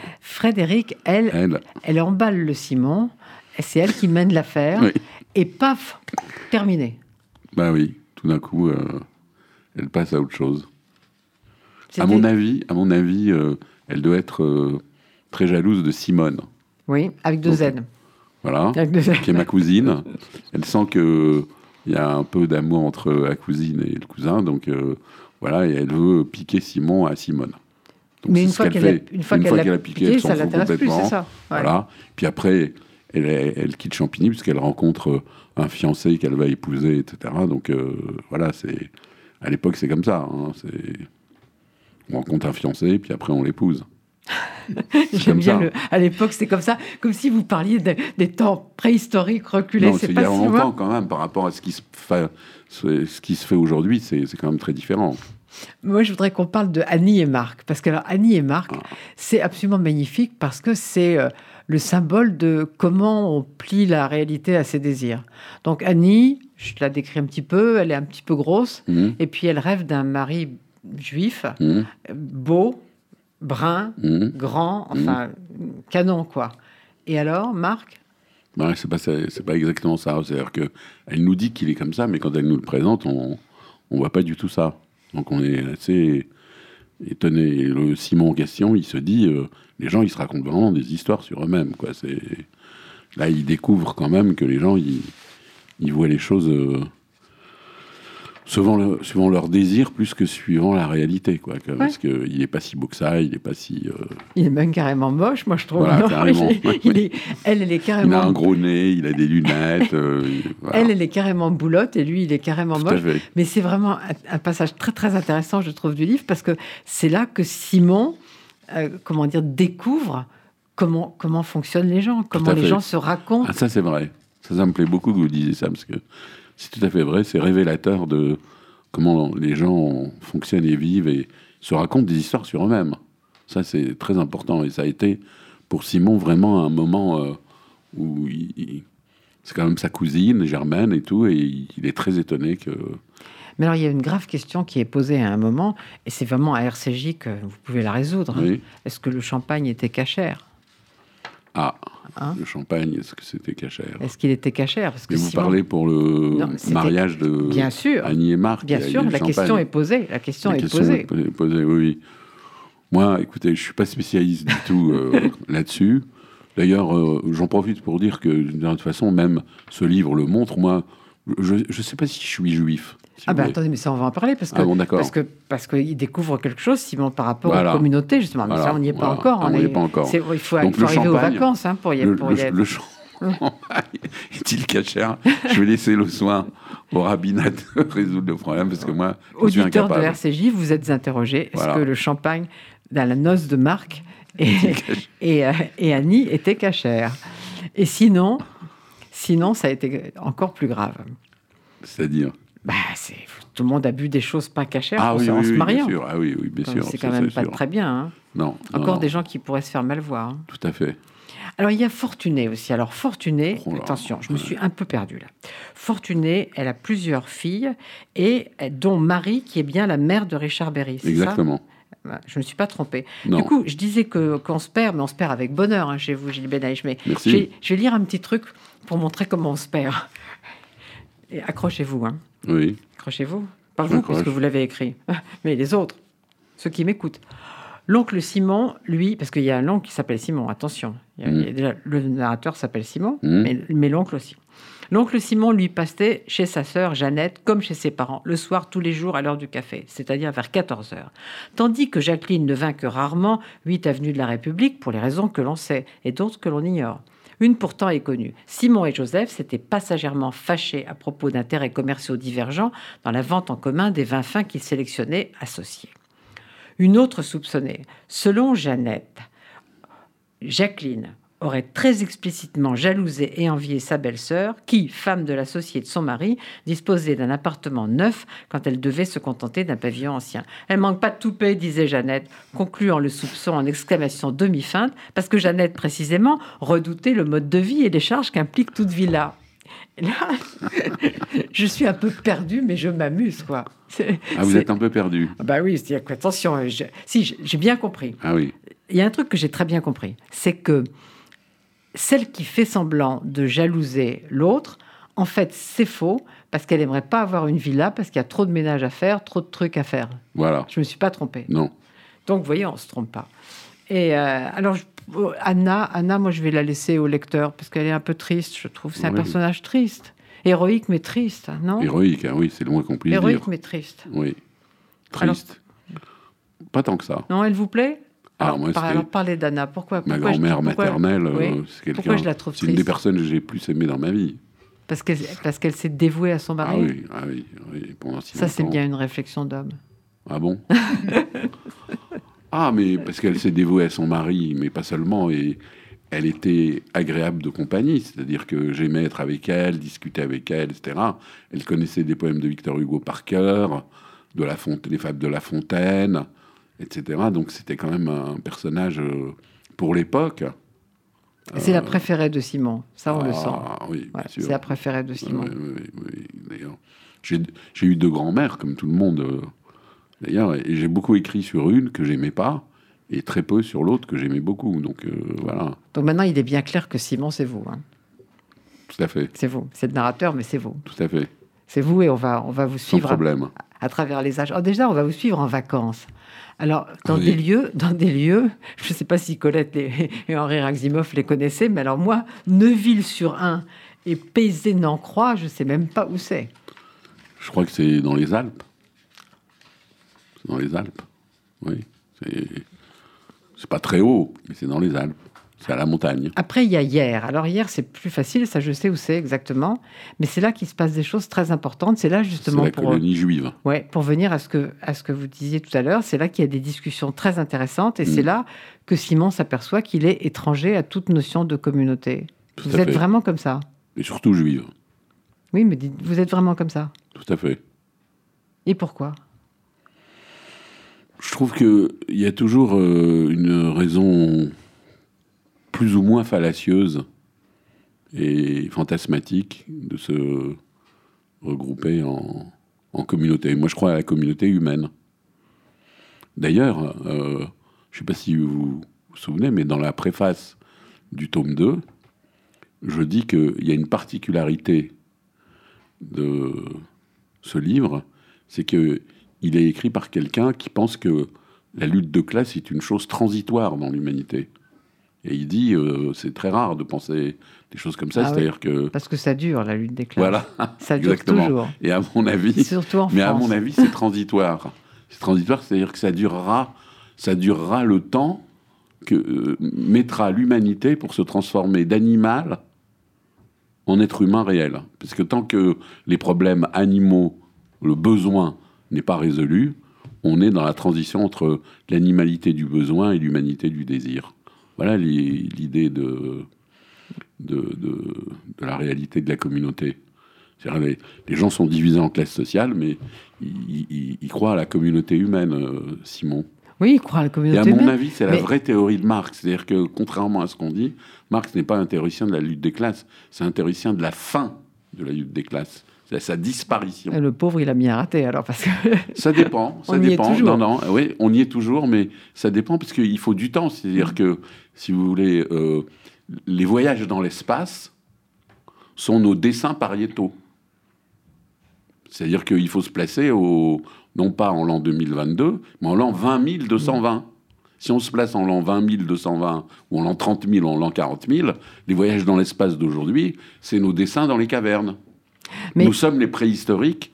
elle emballe le Simon. Et c'est elle qui mène l'affaire. Oui. Et paf, terminé. Ben oui, tout d'un coup, elle passe à autre chose. À mon avis, elle doit être très jalouse de Simone. Oui, avec deux N. Voilà, qui est ma cousine. Elle sent qu'il y a un peu d'amour entre la cousine et le cousin, donc voilà, et elle veut piquer Simon à Simone. Donc, mais une fois qu'elle l'a piqué, ça l'intéresse plus, c'est ça. Ouais. Voilà. Puis après, elle quitte Champigny puisqu'elle rencontre un fiancé qu'elle va épouser, etc. Donc voilà, à l'époque, c'est comme ça. Hein, on rencontre un fiancé, puis après on l'épouse. J'aime bien à l'époque, c'était comme ça, comme si vous parliez des temps préhistoriques reculés. Non, c'est pas il y a longtemps quand même, par rapport à ce qui se fait aujourd'hui, c'est quand même très différent. Moi, je voudrais qu'on parle de Annie et Marc, parce que alors, Annie et Marc, c'est absolument magnifique, parce que c'est le symbole de comment on plie la réalité à ses désirs. Donc Annie, je la décris un petit peu, elle est un petit peu grosse, et puis elle rêve d'un mari juif, beau, brun, grand, enfin, canon, quoi. Et alors, Marc? Ben, c'est pas exactement ça. C'est-à-dire qu'elle nous dit qu'il est comme ça, mais quand elle nous le présente, on voit pas du tout ça. Donc on est assez étonné. Et le Simon en question, il se dit, les gens, ils se racontent vraiment des histoires sur eux-mêmes, quoi. Là, il découvre quand même que les gens, ils voient les choses suivant leur désir plus que suivant la réalité, quoi. Parce qu'il n'est pas si beau que ça, il n'est pas si... Il est même carrément moche, moi je trouve. Voilà, non, carrément. Elle est carrément... Il a un gros nez, il a des lunettes. Voilà. Elle est carrément boulotte et lui, il est carrément Tout à moche. fait. Mais c'est vraiment un passage très très intéressant, je trouve, du livre, parce que c'est là que Simon, découvre comment fonctionnent les gens, comment les fait. gens se racontent. Ah, ça, c'est vrai. Ça me plaît beaucoup que vous disiez ça, parce que c'est tout à fait vrai. C'est révélateur de comment les gens fonctionnent et vivent et se racontent des histoires sur eux-mêmes. Ça, c'est très important. Et ça a été, pour Simon, vraiment un moment où c'est quand même sa cousine, Germaine et tout, et il est très étonné que... Mais alors, il y a une grave question qui est posée à un moment, et c'est vraiment à RCJ que vous pouvez la résoudre. Oui. Est-ce que le champagne était cachère ? Le champagne, est-ce que c'était cachère? Est-ce qu'il était cachère? Parce que Mais vous parlez pour le mariage de bien sûr. Annie et Marc. Bien sûr, la question est posée. La question est posée. Oui. Moi, écoutez, je ne suis pas spécialiste du tout là-dessus. D'ailleurs, j'en profite pour dire que, d'une certaine façon, même ce livre le montre. Moi, je ne sais pas si je suis juif. Attendez, mais ça, on va en parler, parce que parce qu'il découvre quelque chose, Simon, par rapport aux communautés, justement. Mais ça, on n'y est pas encore. On n'y est pas encore. Il faut arriver aux vacances pour y être. Le champagne est-il cachère? Je vais laisser le soin au rabbinat de résoudre le problème, parce que moi, je suis incapable. Auditeur de RCJ, vous êtes interrogé. Est-ce que le champagne, dans la noce de Marc et Annie, était cachère? Et sinon, ça a été encore plus grave. C'est-à-dire? Tout le monde a bu des choses pas cachères en oui, se mariant. Bien sûr. Ah oui, bien sûr. C'est quand même pas très bien. Hein. Non. Encore des gens qui pourraient se faire mal voir. Hein. Tout à fait. Alors, il y a Fortuné aussi. Alors, Fortuné, attention, je me suis un peu perdue là. Fortuné, elle a plusieurs filles, et dont Marie, qui est bien la mère de Richard Berry. C'est exactement. Ça? Je ne me suis pas trompée. Non. Du coup, je disais qu'on se perd, mais on se perd avec bonheur chez vous, Gilles Benaïch. Mais merci. Je vais lire un petit truc pour montrer comment on se perd. Et accrochez-vous. Hein. Oui. Accrochez-vous. Pas vous, puisque vous l'avez écrit. Mais les autres, ceux qui m'écoutent. L'oncle Simon, lui, parce qu'il y a un oncle qui s'appelle Simon, attention. Il y a déjà, le narrateur s'appelle Simon, mais l'oncle aussi. L'oncle Simon, lui, passait chez sa sœur Jeannette, comme chez ses parents, le soir, tous les jours, à l'heure du café, c'est-à-dire vers 14h. Tandis que Jacqueline ne vint que rarement, 8 avenue de la République, pour les raisons que l'on sait, et d'autres que l'on ignore. Une pourtant est connue. Simon et Joseph s'étaient passagèrement fâchés à propos d'intérêts commerciaux divergents dans la vente en commun des vins fins qu'ils sélectionnaient associés. Une autre soupçonnait. Selon Jeannette, Jacqueline aurait très explicitement jalousé et envié sa belle-sœur, qui, femme de l'associé de son mari, disposait d'un appartement neuf quand elle devait se contenter d'un pavillon ancien. « Elle manque pas de toupet », disait Jeannette, concluant le soupçon en exclamation demi-feinte, parce que Jeannette, précisément, redoutait le mode de vie et les charges qu'implique toute villa. Et là, je suis un peu perdue, mais je m'amuse, quoi. Vous êtes un peu perdu. Bah oui, c'est-à-dire que, attention, j'ai bien compris. Ah oui. Il y a un truc que j'ai très bien compris, c'est que celle qui fait semblant de jalouser l'autre, en fait, c'est faux, parce qu'elle n'aimerait pas avoir une villa, parce qu'il y a trop de ménage à faire, trop de trucs à faire. Voilà. Je ne me suis pas trompée. Non. Donc, vous voyez, on ne se trompe pas. Et alors, Anna, moi, je vais la laisser au lecteur, parce qu'elle est un peu triste, je trouve. C'est un personnage triste. Héroïque, mais triste, non? Héroïque, oui, c'est le moins qu'on puisse dire. Héroïque, mais triste. Oui. Triste. Alors, pas tant que ça. Non, elle vous plaît? Alors, moi, parlez d'Anna. Pourquoi ma grand-mère maternelle, c'est quelqu'un. Pourquoi je la trouve triste? C'est une des personnes que j'ai plus aimées dans ma vie. Parce qu'elle s'est dévouée à son mari. Ah oui. Pendant si ça, longtemps. C'est bien une réflexion d'homme. Ah bon? Mais parce qu'elle s'est dévouée à son mari, mais pas seulement. Et elle était agréable de compagnie, c'est-à-dire que j'aimais être avec elle, discuter avec elle, etc. Elle connaissait des poèmes de Victor Hugo par cœur, les fables de La Fontaine, etc. Donc c'était quand même un personnage pour l'époque. C'est la préférée de Simon, ça on le sent. Oui, bien sûr. C'est la préférée de Simon. Oui. D'ailleurs, j'ai eu 2 grands-mères, comme tout le monde, d'ailleurs, et j'ai beaucoup écrit sur une que j'aimais pas, et très peu sur l'autre que j'aimais beaucoup. Donc voilà. Donc maintenant, il est bien clair que Simon, c'est vous. Hein. Tout à fait. C'est vous. C'est le narrateur, mais c'est vous. Tout à fait. C'est vous, et on va vous suivre. Sans problème. À travers les âges. Déjà, on va vous suivre en vacances. Alors, dans des lieux, je ne sais pas si Colette et Henri Raximov les connaissaient, mais alors moi, Neuville-sur-Ain et Pézé-Nancroix, je ne sais même pas où c'est. Je crois que c'est dans les Alpes. C'est dans les Alpes, oui. C'est pas très haut, mais c'est dans les Alpes. C'est à la montagne. Après, il y a Hier. Alors Hier, c'est plus facile, ça je sais où c'est exactement. Mais c'est là qu'il se passe des choses très importantes. C'est là justement c'est la colonie juive. Ouais, pour venir à ce que vous disiez tout à l'heure, c'est là qu'il y a des discussions très intéressantes et c'est là que Simon s'aperçoit qu'il est étranger à toute notion de communauté. Vous êtes vraiment comme ça? Et surtout juive. Oui, mais vous êtes vraiment comme ça? Tout à fait. Et pourquoi? Je trouve qu'il y a toujours une raison plus ou moins fallacieuse et fantasmatique de se regrouper en communauté. Moi, je crois à la communauté humaine. D'ailleurs, je ne sais pas si vous vous souvenez, mais dans la préface du tome 2, je dis qu'il y a une particularité de ce livre, c'est qu'il est écrit par quelqu'un qui pense que la lutte de classe est une chose transitoire dans l'humanité. Et il dit, c'est très rare de penser des choses comme ça, c'est-à-dire que... Parce que ça dure, la lutte des classes. Voilà, ça dure toujours. Et à mon avis... Surtout en France. Mais à mon avis, c'est transitoire. C'est transitoire, c'est-à-dire que ça durera le temps que mettra l'humanité pour se transformer d'animal en être humain réel. Parce que tant que les problèmes animaux, le besoin n'est pas résolu, on est dans la transition entre l'animalité du besoin et l'humanité du désir. Voilà l'idée de la réalité de la communauté. C'est-à-dire les gens sont divisés en classes sociales, mais ils croient à la communauté humaine, Simon. Oui, ils croient à la communauté humaine. Et à mon humaine, avis, c'est la vraie théorie de Marx. C'est-à-dire que, contrairement à ce qu'on dit, Marx n'est pas un théoricien de la lutte des classes, c'est un théoricien de la fin de la lutte des classes. C'est sa disparition. Et le pauvre, il a bien raté, alors, parce que... Ça dépend, ça dépend. Non, oui, on y est toujours, mais ça dépend parce qu'il faut du temps. C'est-à-dire que, si vous voulez, les voyages dans l'espace sont nos dessins pariétaux. C'est-à-dire qu'il faut se placer non pas en l'an 2022, mais en l'an 20 220. Si on se place en l'an 20 220, ou en l'an 30 000, ou en l'an 40 000, les voyages dans l'espace d'aujourd'hui, c'est nos dessins dans les cavernes. Mais... Nous sommes les préhistoriques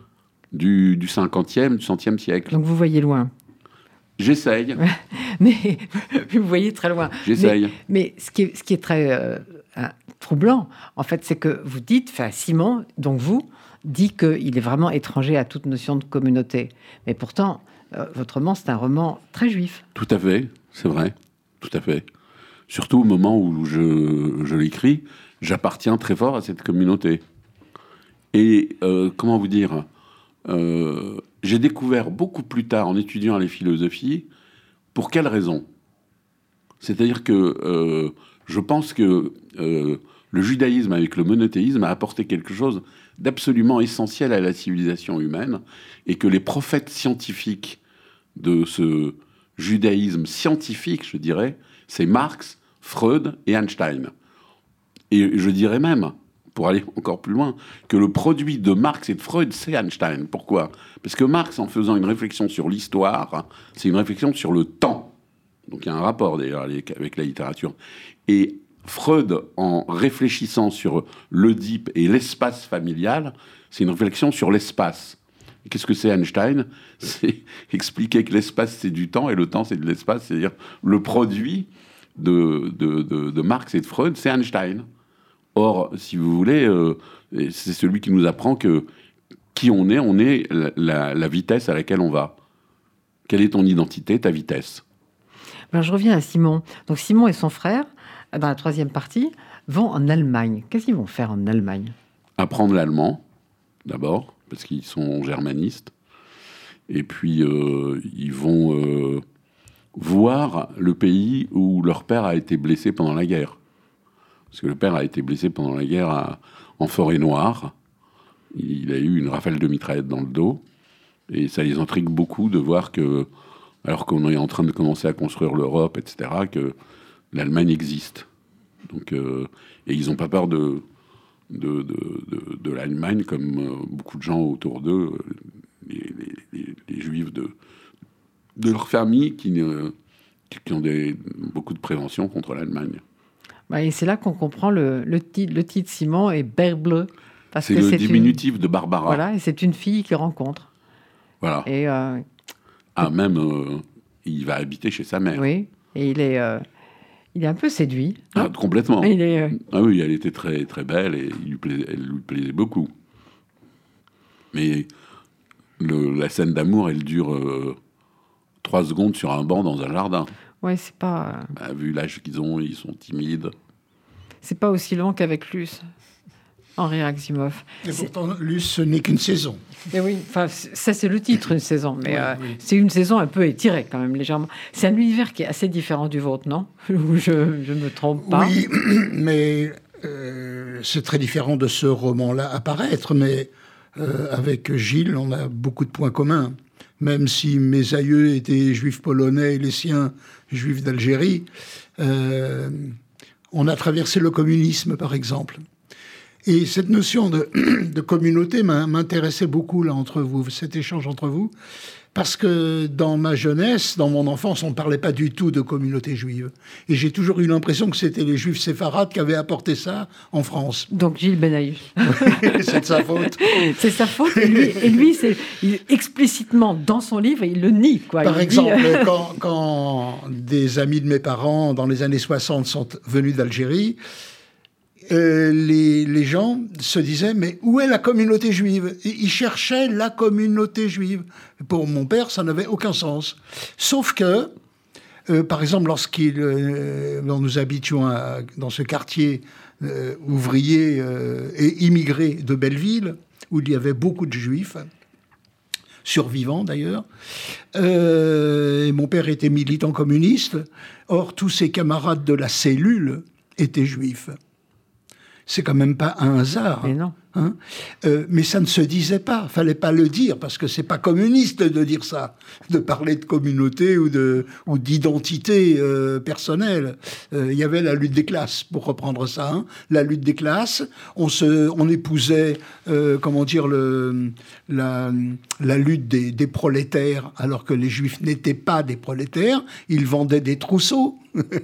du 50e, du 100e siècle. Donc vous voyez loin. J'essaye. Mais vous voyez très loin. J'essaye. Mais ce qui est très troublant, en fait, c'est que vous dites, Simon, donc vous, dit qu'il est vraiment étranger à toute notion de communauté. Mais pourtant, votre roman, c'est un roman très juif. Tout à fait, c'est vrai. Tout à fait. Surtout au moment où je l'écris, j'appartiens très fort à cette communauté. Et comment vous dire, j'ai découvert beaucoup plus tard, en étudiant les philosophies, pour quelle raison. C'est-à-dire que je pense que le judaïsme avec le monothéisme a apporté quelque chose d'absolument essentiel à la civilisation humaine, et que les prophètes scientifiques de ce judaïsme scientifique, je dirais, c'est Marx, Freud et Einstein. Et je dirais même, pour aller encore plus loin, que le produit de Marx et de Freud, c'est Einstein. Pourquoi ? Parce que Marx, en faisant une réflexion sur l'histoire, c'est une réflexion sur le temps. Donc il y a un rapport d'ailleurs avec la littérature. Et Freud, en réfléchissant sur l'Oedipe et l'espace familial, c'est une réflexion sur l'espace. Et qu'est-ce que c'est Einstein ? C'est expliquer que l'espace, c'est du temps et le temps, c'est de l'espace. C'est-à-dire le produit de Marx et de Freud, c'est Einstein. Or, si vous voulez, c'est celui qui nous apprend que qui on est la vitesse à laquelle on va. Quelle est ton identité, ta vitesse ? Alors, je reviens à Simon. Donc Simon et son frère, dans la troisième partie, vont en Allemagne. Qu'est-ce qu'ils vont faire en Allemagne ? Apprendre l'allemand, d'abord, parce qu'ils sont germanistes. Et puis, ils vont voir le pays où leur père a été blessé pendant la guerre. Parce que le père a été blessé pendant la guerre en Forêt-Noire. Il a eu une rafale de mitraillette dans le dos. Et ça les intrigue beaucoup de voir que, alors qu'on est en train de commencer à construire l'Europe, etc., que l'Allemagne existe. Donc, et ils n'ont pas peur de l'Allemagne, comme beaucoup de gens autour d'eux, les juifs de leur famille, qui ont beaucoup de prévention contre l'Allemagne. Et c'est là qu'on comprend le titre Simon et Berg Bleu. Parce c'est que le diminutif de Barbara. Voilà, et c'est une fille qu'il rencontre. Voilà. Et Il va habiter chez sa mère. oui, et il est un peu séduit. Ah, complètement. Il est, Ah oui, elle était très, très belle et elle lui plaisait beaucoup. Mais la scène d'amour, elle dure 3 secondes sur un banc dans un jardin. ouais, c'est pas Vu l'âge qu'ils ont, ils sont timides. c'est pas aussi long qu'avec Luce, Henri Asimov. Et pourtant, Luce, ce n'est qu'une saison. Et oui, enfin, ça c'est le titre, une saison, mais Oui. c'est une saison un peu étirée quand même, légèrement. C'est un univers qui est assez différent du vôtre, non? Ou je me trompe pas? Oui, mais c'est très différent de ce roman-là à paraître, mais avec Gilles, on a beaucoup de points communs. Même si mes aïeux étaient juifs polonais et les siens juifs d'Algérie, on a traversé le communisme, par exemple. Et cette notion de communauté m'intéressait beaucoup là entre vous, cet échange entre vous, parce que dans ma jeunesse, dans mon enfance, on ne parlait pas du tout de communauté juive. Et j'ai toujours eu l'impression que c'était les juifs séfarades qui avaient apporté ça en France. Donc Gilles Benaïch. C'est de sa faute. C'est sa faute. Et lui explicitement, dans son livre, il le nie. Quoi. Par Il exemple, dit, quand des amis de mes parents, dans les années 60, sont venus d'Algérie, les gens se disaient, mais où est la communauté juive? Et ils cherchaient la communauté juive. Pour mon père, ça n'avait aucun sens. Sauf que, par exemple, nous habitions dans ce quartier ouvrier et immigré de Belleville, où il y avait beaucoup de juifs, survivants d'ailleurs, et mon père était militant communiste. Or, tous ses camarades de la cellule étaient juifs. C'est quand même pas un hasard. Mais non. Hein, mais ça ne se disait pas. Fallait pas le dire parce que c'est pas communiste de dire ça, de parler de communauté ou d'identité personnelle. Il y avait la lutte des classes, pour reprendre ça. Hein. La lutte des classes. On épousait, la lutte des prolétaires, alors que les Juifs n'étaient pas des prolétaires. Ils vendaient des trousseaux.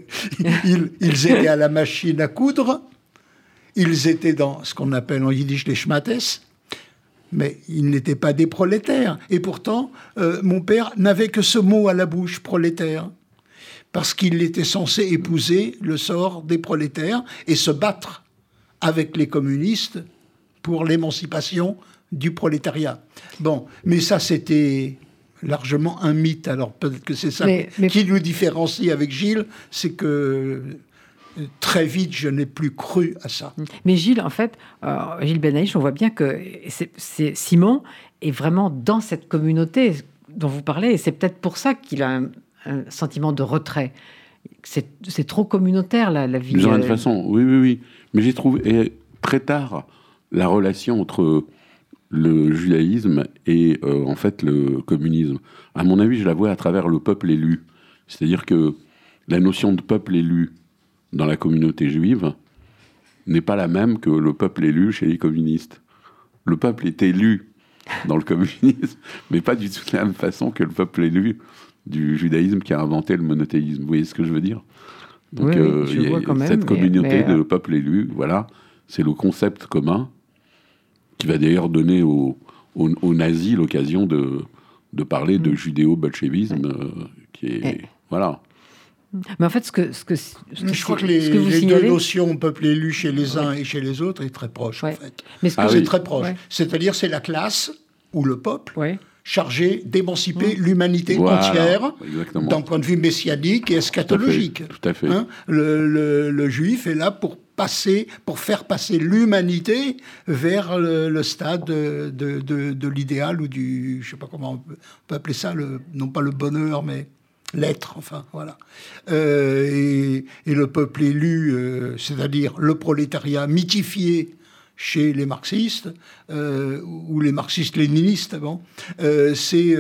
ils étaient à la machine à coudre. Ils étaient dans ce qu'on appelle en yiddish les schmattes, mais ils n'étaient pas des prolétaires. Et pourtant, mon père n'avait que ce mot à la bouche, prolétaire, parce qu'il était censé épouser le sort des prolétaires et se battre avec les communistes pour l'émancipation du prolétariat. Bon, mais ça, c'était largement un mythe. Alors peut-être que c'est ça qui nous différencie avec Gilles, c'est que... Très vite, je n'ai plus cru à ça. Mais Gilles, en fait, Gilles Benaïch, on voit bien que Simon est vraiment dans cette communauté dont vous parlez, et c'est peut-être pour ça qu'il a un sentiment de retrait. C'est trop communautaire, la vie. D'une certaine façon, oui. Mais j'ai trouvé très tard la relation entre le judaïsme et en fait le communisme. À mon avis, je la vois à travers le peuple élu. C'est-à-dire que la notion de peuple élu dans la communauté juive n'est pas la même que le peuple élu chez les communistes. Le peuple est élu dans le communisme, mais pas du tout de la même façon que le peuple élu du judaïsme qui a inventé le monothéisme. Vous voyez ce que je veux dire? Donc, oui, je vois quand même, cette communauté de peuple élu, voilà, c'est le concept commun qui va d'ailleurs donner aux nazis l'occasion de parler de judéo-bolchevisme, qui est... Voilà. Mais en fait, je crois que les deux notions, peuple élu chez les uns et chez les autres, est très proche, en fait. Mais c'est très proche. Ouais. C'est-à-dire, c'est la classe ou le peuple chargé d'émanciper l'humanité entière d'un point de vue messianique et eschatologique. Tout à fait. Hein, le juif est là pour faire passer l'humanité vers le stade de l'idéal ou du... Je ne sais pas comment on peut appeler ça, non pas le bonheur, mais... l'être, enfin, voilà. Et le peuple élu, c'est-à-dire le prolétariat mythifié chez les marxistes, ou les marxistes-léninistes, c'est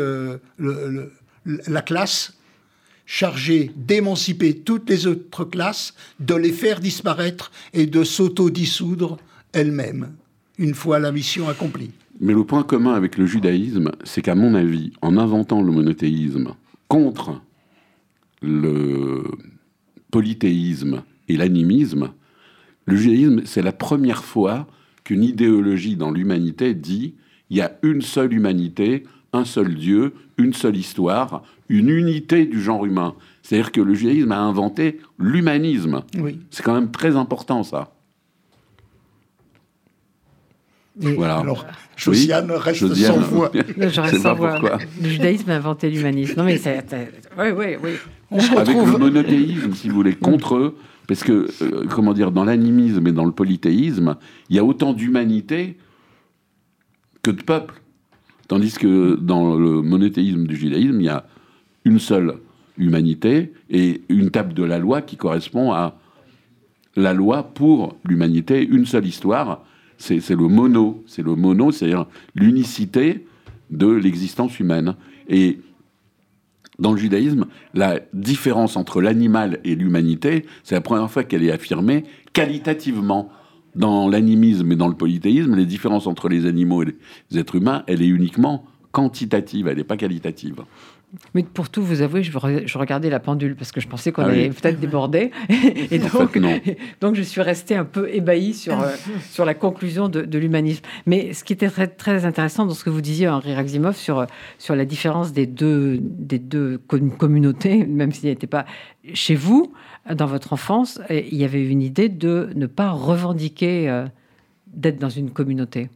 la classe chargée d'émanciper toutes les autres classes, de les faire disparaître et de s'autodissoudre elles-mêmes, une fois la mission accomplie. Mais le point commun avec le judaïsme, c'est qu'à mon avis, en inventant le monothéisme contre le polythéisme et l'animisme, le judaïsme, c'est la première fois qu'une idéologie dans l'humanité dit il y a une seule humanité, un seul Dieu, une seule histoire, une unité du genre humain. C'est-à-dire que le judaïsme a inventé l'humanisme. Oui. C'est quand même très important, ça. Voilà. Alors, Josiane reste sans voix. Non, je reste sans voix. Le judaïsme a inventé l'humanisme. Non, mais oui. On se Avec retrouve... le monothéisme, si vous voulez, contre eux, parce que, dans l'animisme et dans le polythéisme, il y a autant d'humanité que de peuple. Tandis que dans le monothéisme du judaïsme, il y a une seule humanité et une table de la loi qui correspond à la loi pour l'humanité, une seule histoire. C'est le mono, c'est-à-dire l'unicité de l'existence humaine. Et dans le judaïsme, la différence entre l'animal et l'humanité, c'est la première fois qu'elle est affirmée qualitativement. Dans l'animisme et dans le polythéisme, les différences entre les animaux et les êtres humains, elle est uniquement quantitative, elle n'est pas qualitative. Mais pour tout vous avouer, je regardais la pendule parce que je pensais qu'on allait peut-être déborder. Et donc, je suis restée un peu ébahie sur la conclusion de l'humanisme. Mais ce qui était très, très intéressant dans ce que vous disiez, Henri Raximov, sur la différence des deux communautés, même s'il n'était pas chez vous, dans votre enfance, il y avait une idée de ne pas revendiquer d'être dans une communauté.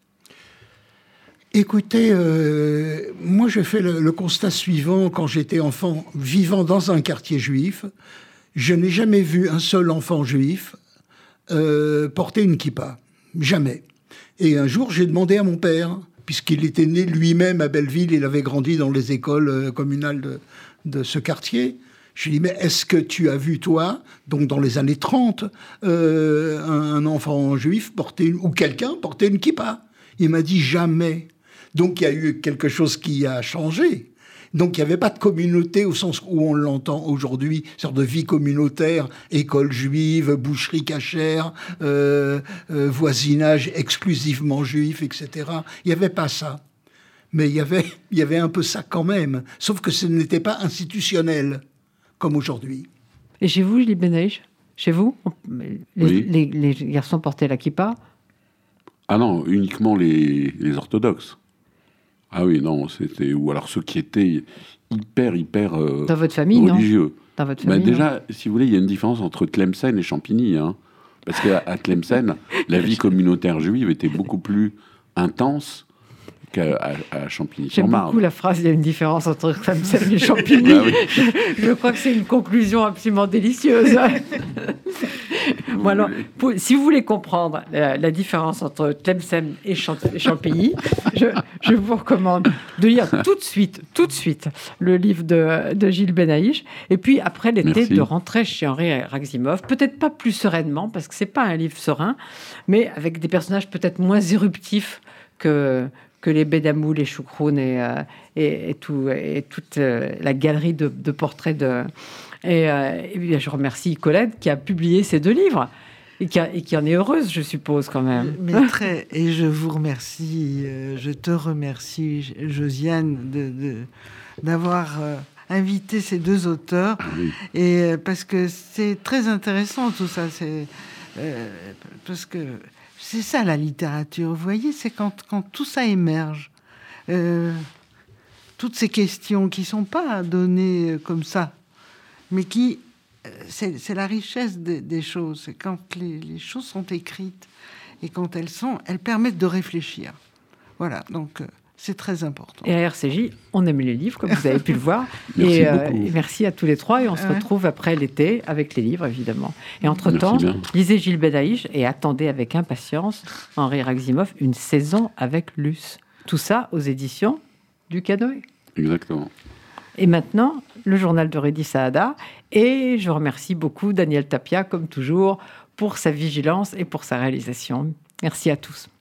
Écoutez, moi j'ai fait le constat suivant quand j'étais enfant, vivant dans un quartier juif. Je n'ai jamais vu un seul enfant juif porter une kippa. Jamais. Et un jour, j'ai demandé à mon père, puisqu'il était né lui-même à Belleville, il avait grandi dans les écoles communales de ce quartier. Je lui ai dit, mais est-ce que tu as vu, toi, donc dans les années 30, un enfant juif ou quelqu'un porter une kippa? Il m'a dit, jamais. Donc il y a eu quelque chose qui a changé. Donc il n'y avait pas de communauté au sens où on l'entend aujourd'hui, une sorte de vie communautaire, école juive, boucherie cachère, voisinage exclusivement juif, etc. Il n'y avait pas ça. Mais il y avait un peu ça quand même. Sauf que ce n'était pas institutionnel, comme aujourd'hui. Et chez vous, Gilles Benaïch, chez vous, les garçons portaient la kippa? Ah non, uniquement les orthodoxes. Ah oui, non, c'était... Ou alors ceux qui étaient hyper dans votre famille, religieux. Non dans votre famille, déjà, si vous voulez, il y a une différence entre Tlemcen et Champigny. Hein, parce qu'à Tlemcen, la vie communautaire juive était beaucoup plus intense qu'à Champigny-sur-Marne. J'aime beaucoup la phrase « il y a une différence entre Tlemcen et Champigny ». Je crois que c'est une conclusion absolument délicieuse. Bon, alors, si vous voulez comprendre la différence entre Tlemcen et Champigny, je vous recommande de lire tout de suite le livre de Gilles Benaïch. Et puis, après l'été, de rentrer chez Henri Raximov, peut-être pas plus sereinement, parce que c'est pas un livre serein, mais avec des personnages peut-être moins éruptifs que les Bédamou, les Choukroun et toute la galerie de portraits Et bien, je remercie Colette qui a publié ces deux livres et qui en est heureuse, je suppose, quand même. Mais et je vous remercie, je te remercie, Josiane, d'avoir invité ces deux auteurs. Et parce que c'est très intéressant tout ça. Parce que c'est ça la littérature. Vous voyez, c'est quand tout ça émerge. Toutes ces questions qui ne sont pas données comme ça, mais qui, c'est la richesse des choses. C'est quand les choses sont écrites et quand elles permettent de réfléchir. Voilà, donc c'est très important. Et à RCJ, on aime les livres, comme vous avez pu le voir. Merci et merci à tous les trois. Et on se retrouve après l'été avec les livres, évidemment. Et entre-temps, lisez Gilles Benaïch et attendez avec impatience Henri Raximov, Une saison avec Luce. Tout ça aux éditions du Canoë. Exactement. Et maintenant, le journal de Redi Saada. Et je remercie beaucoup Daniel Tapia, comme toujours, pour sa vigilance et pour sa réalisation. Merci à tous.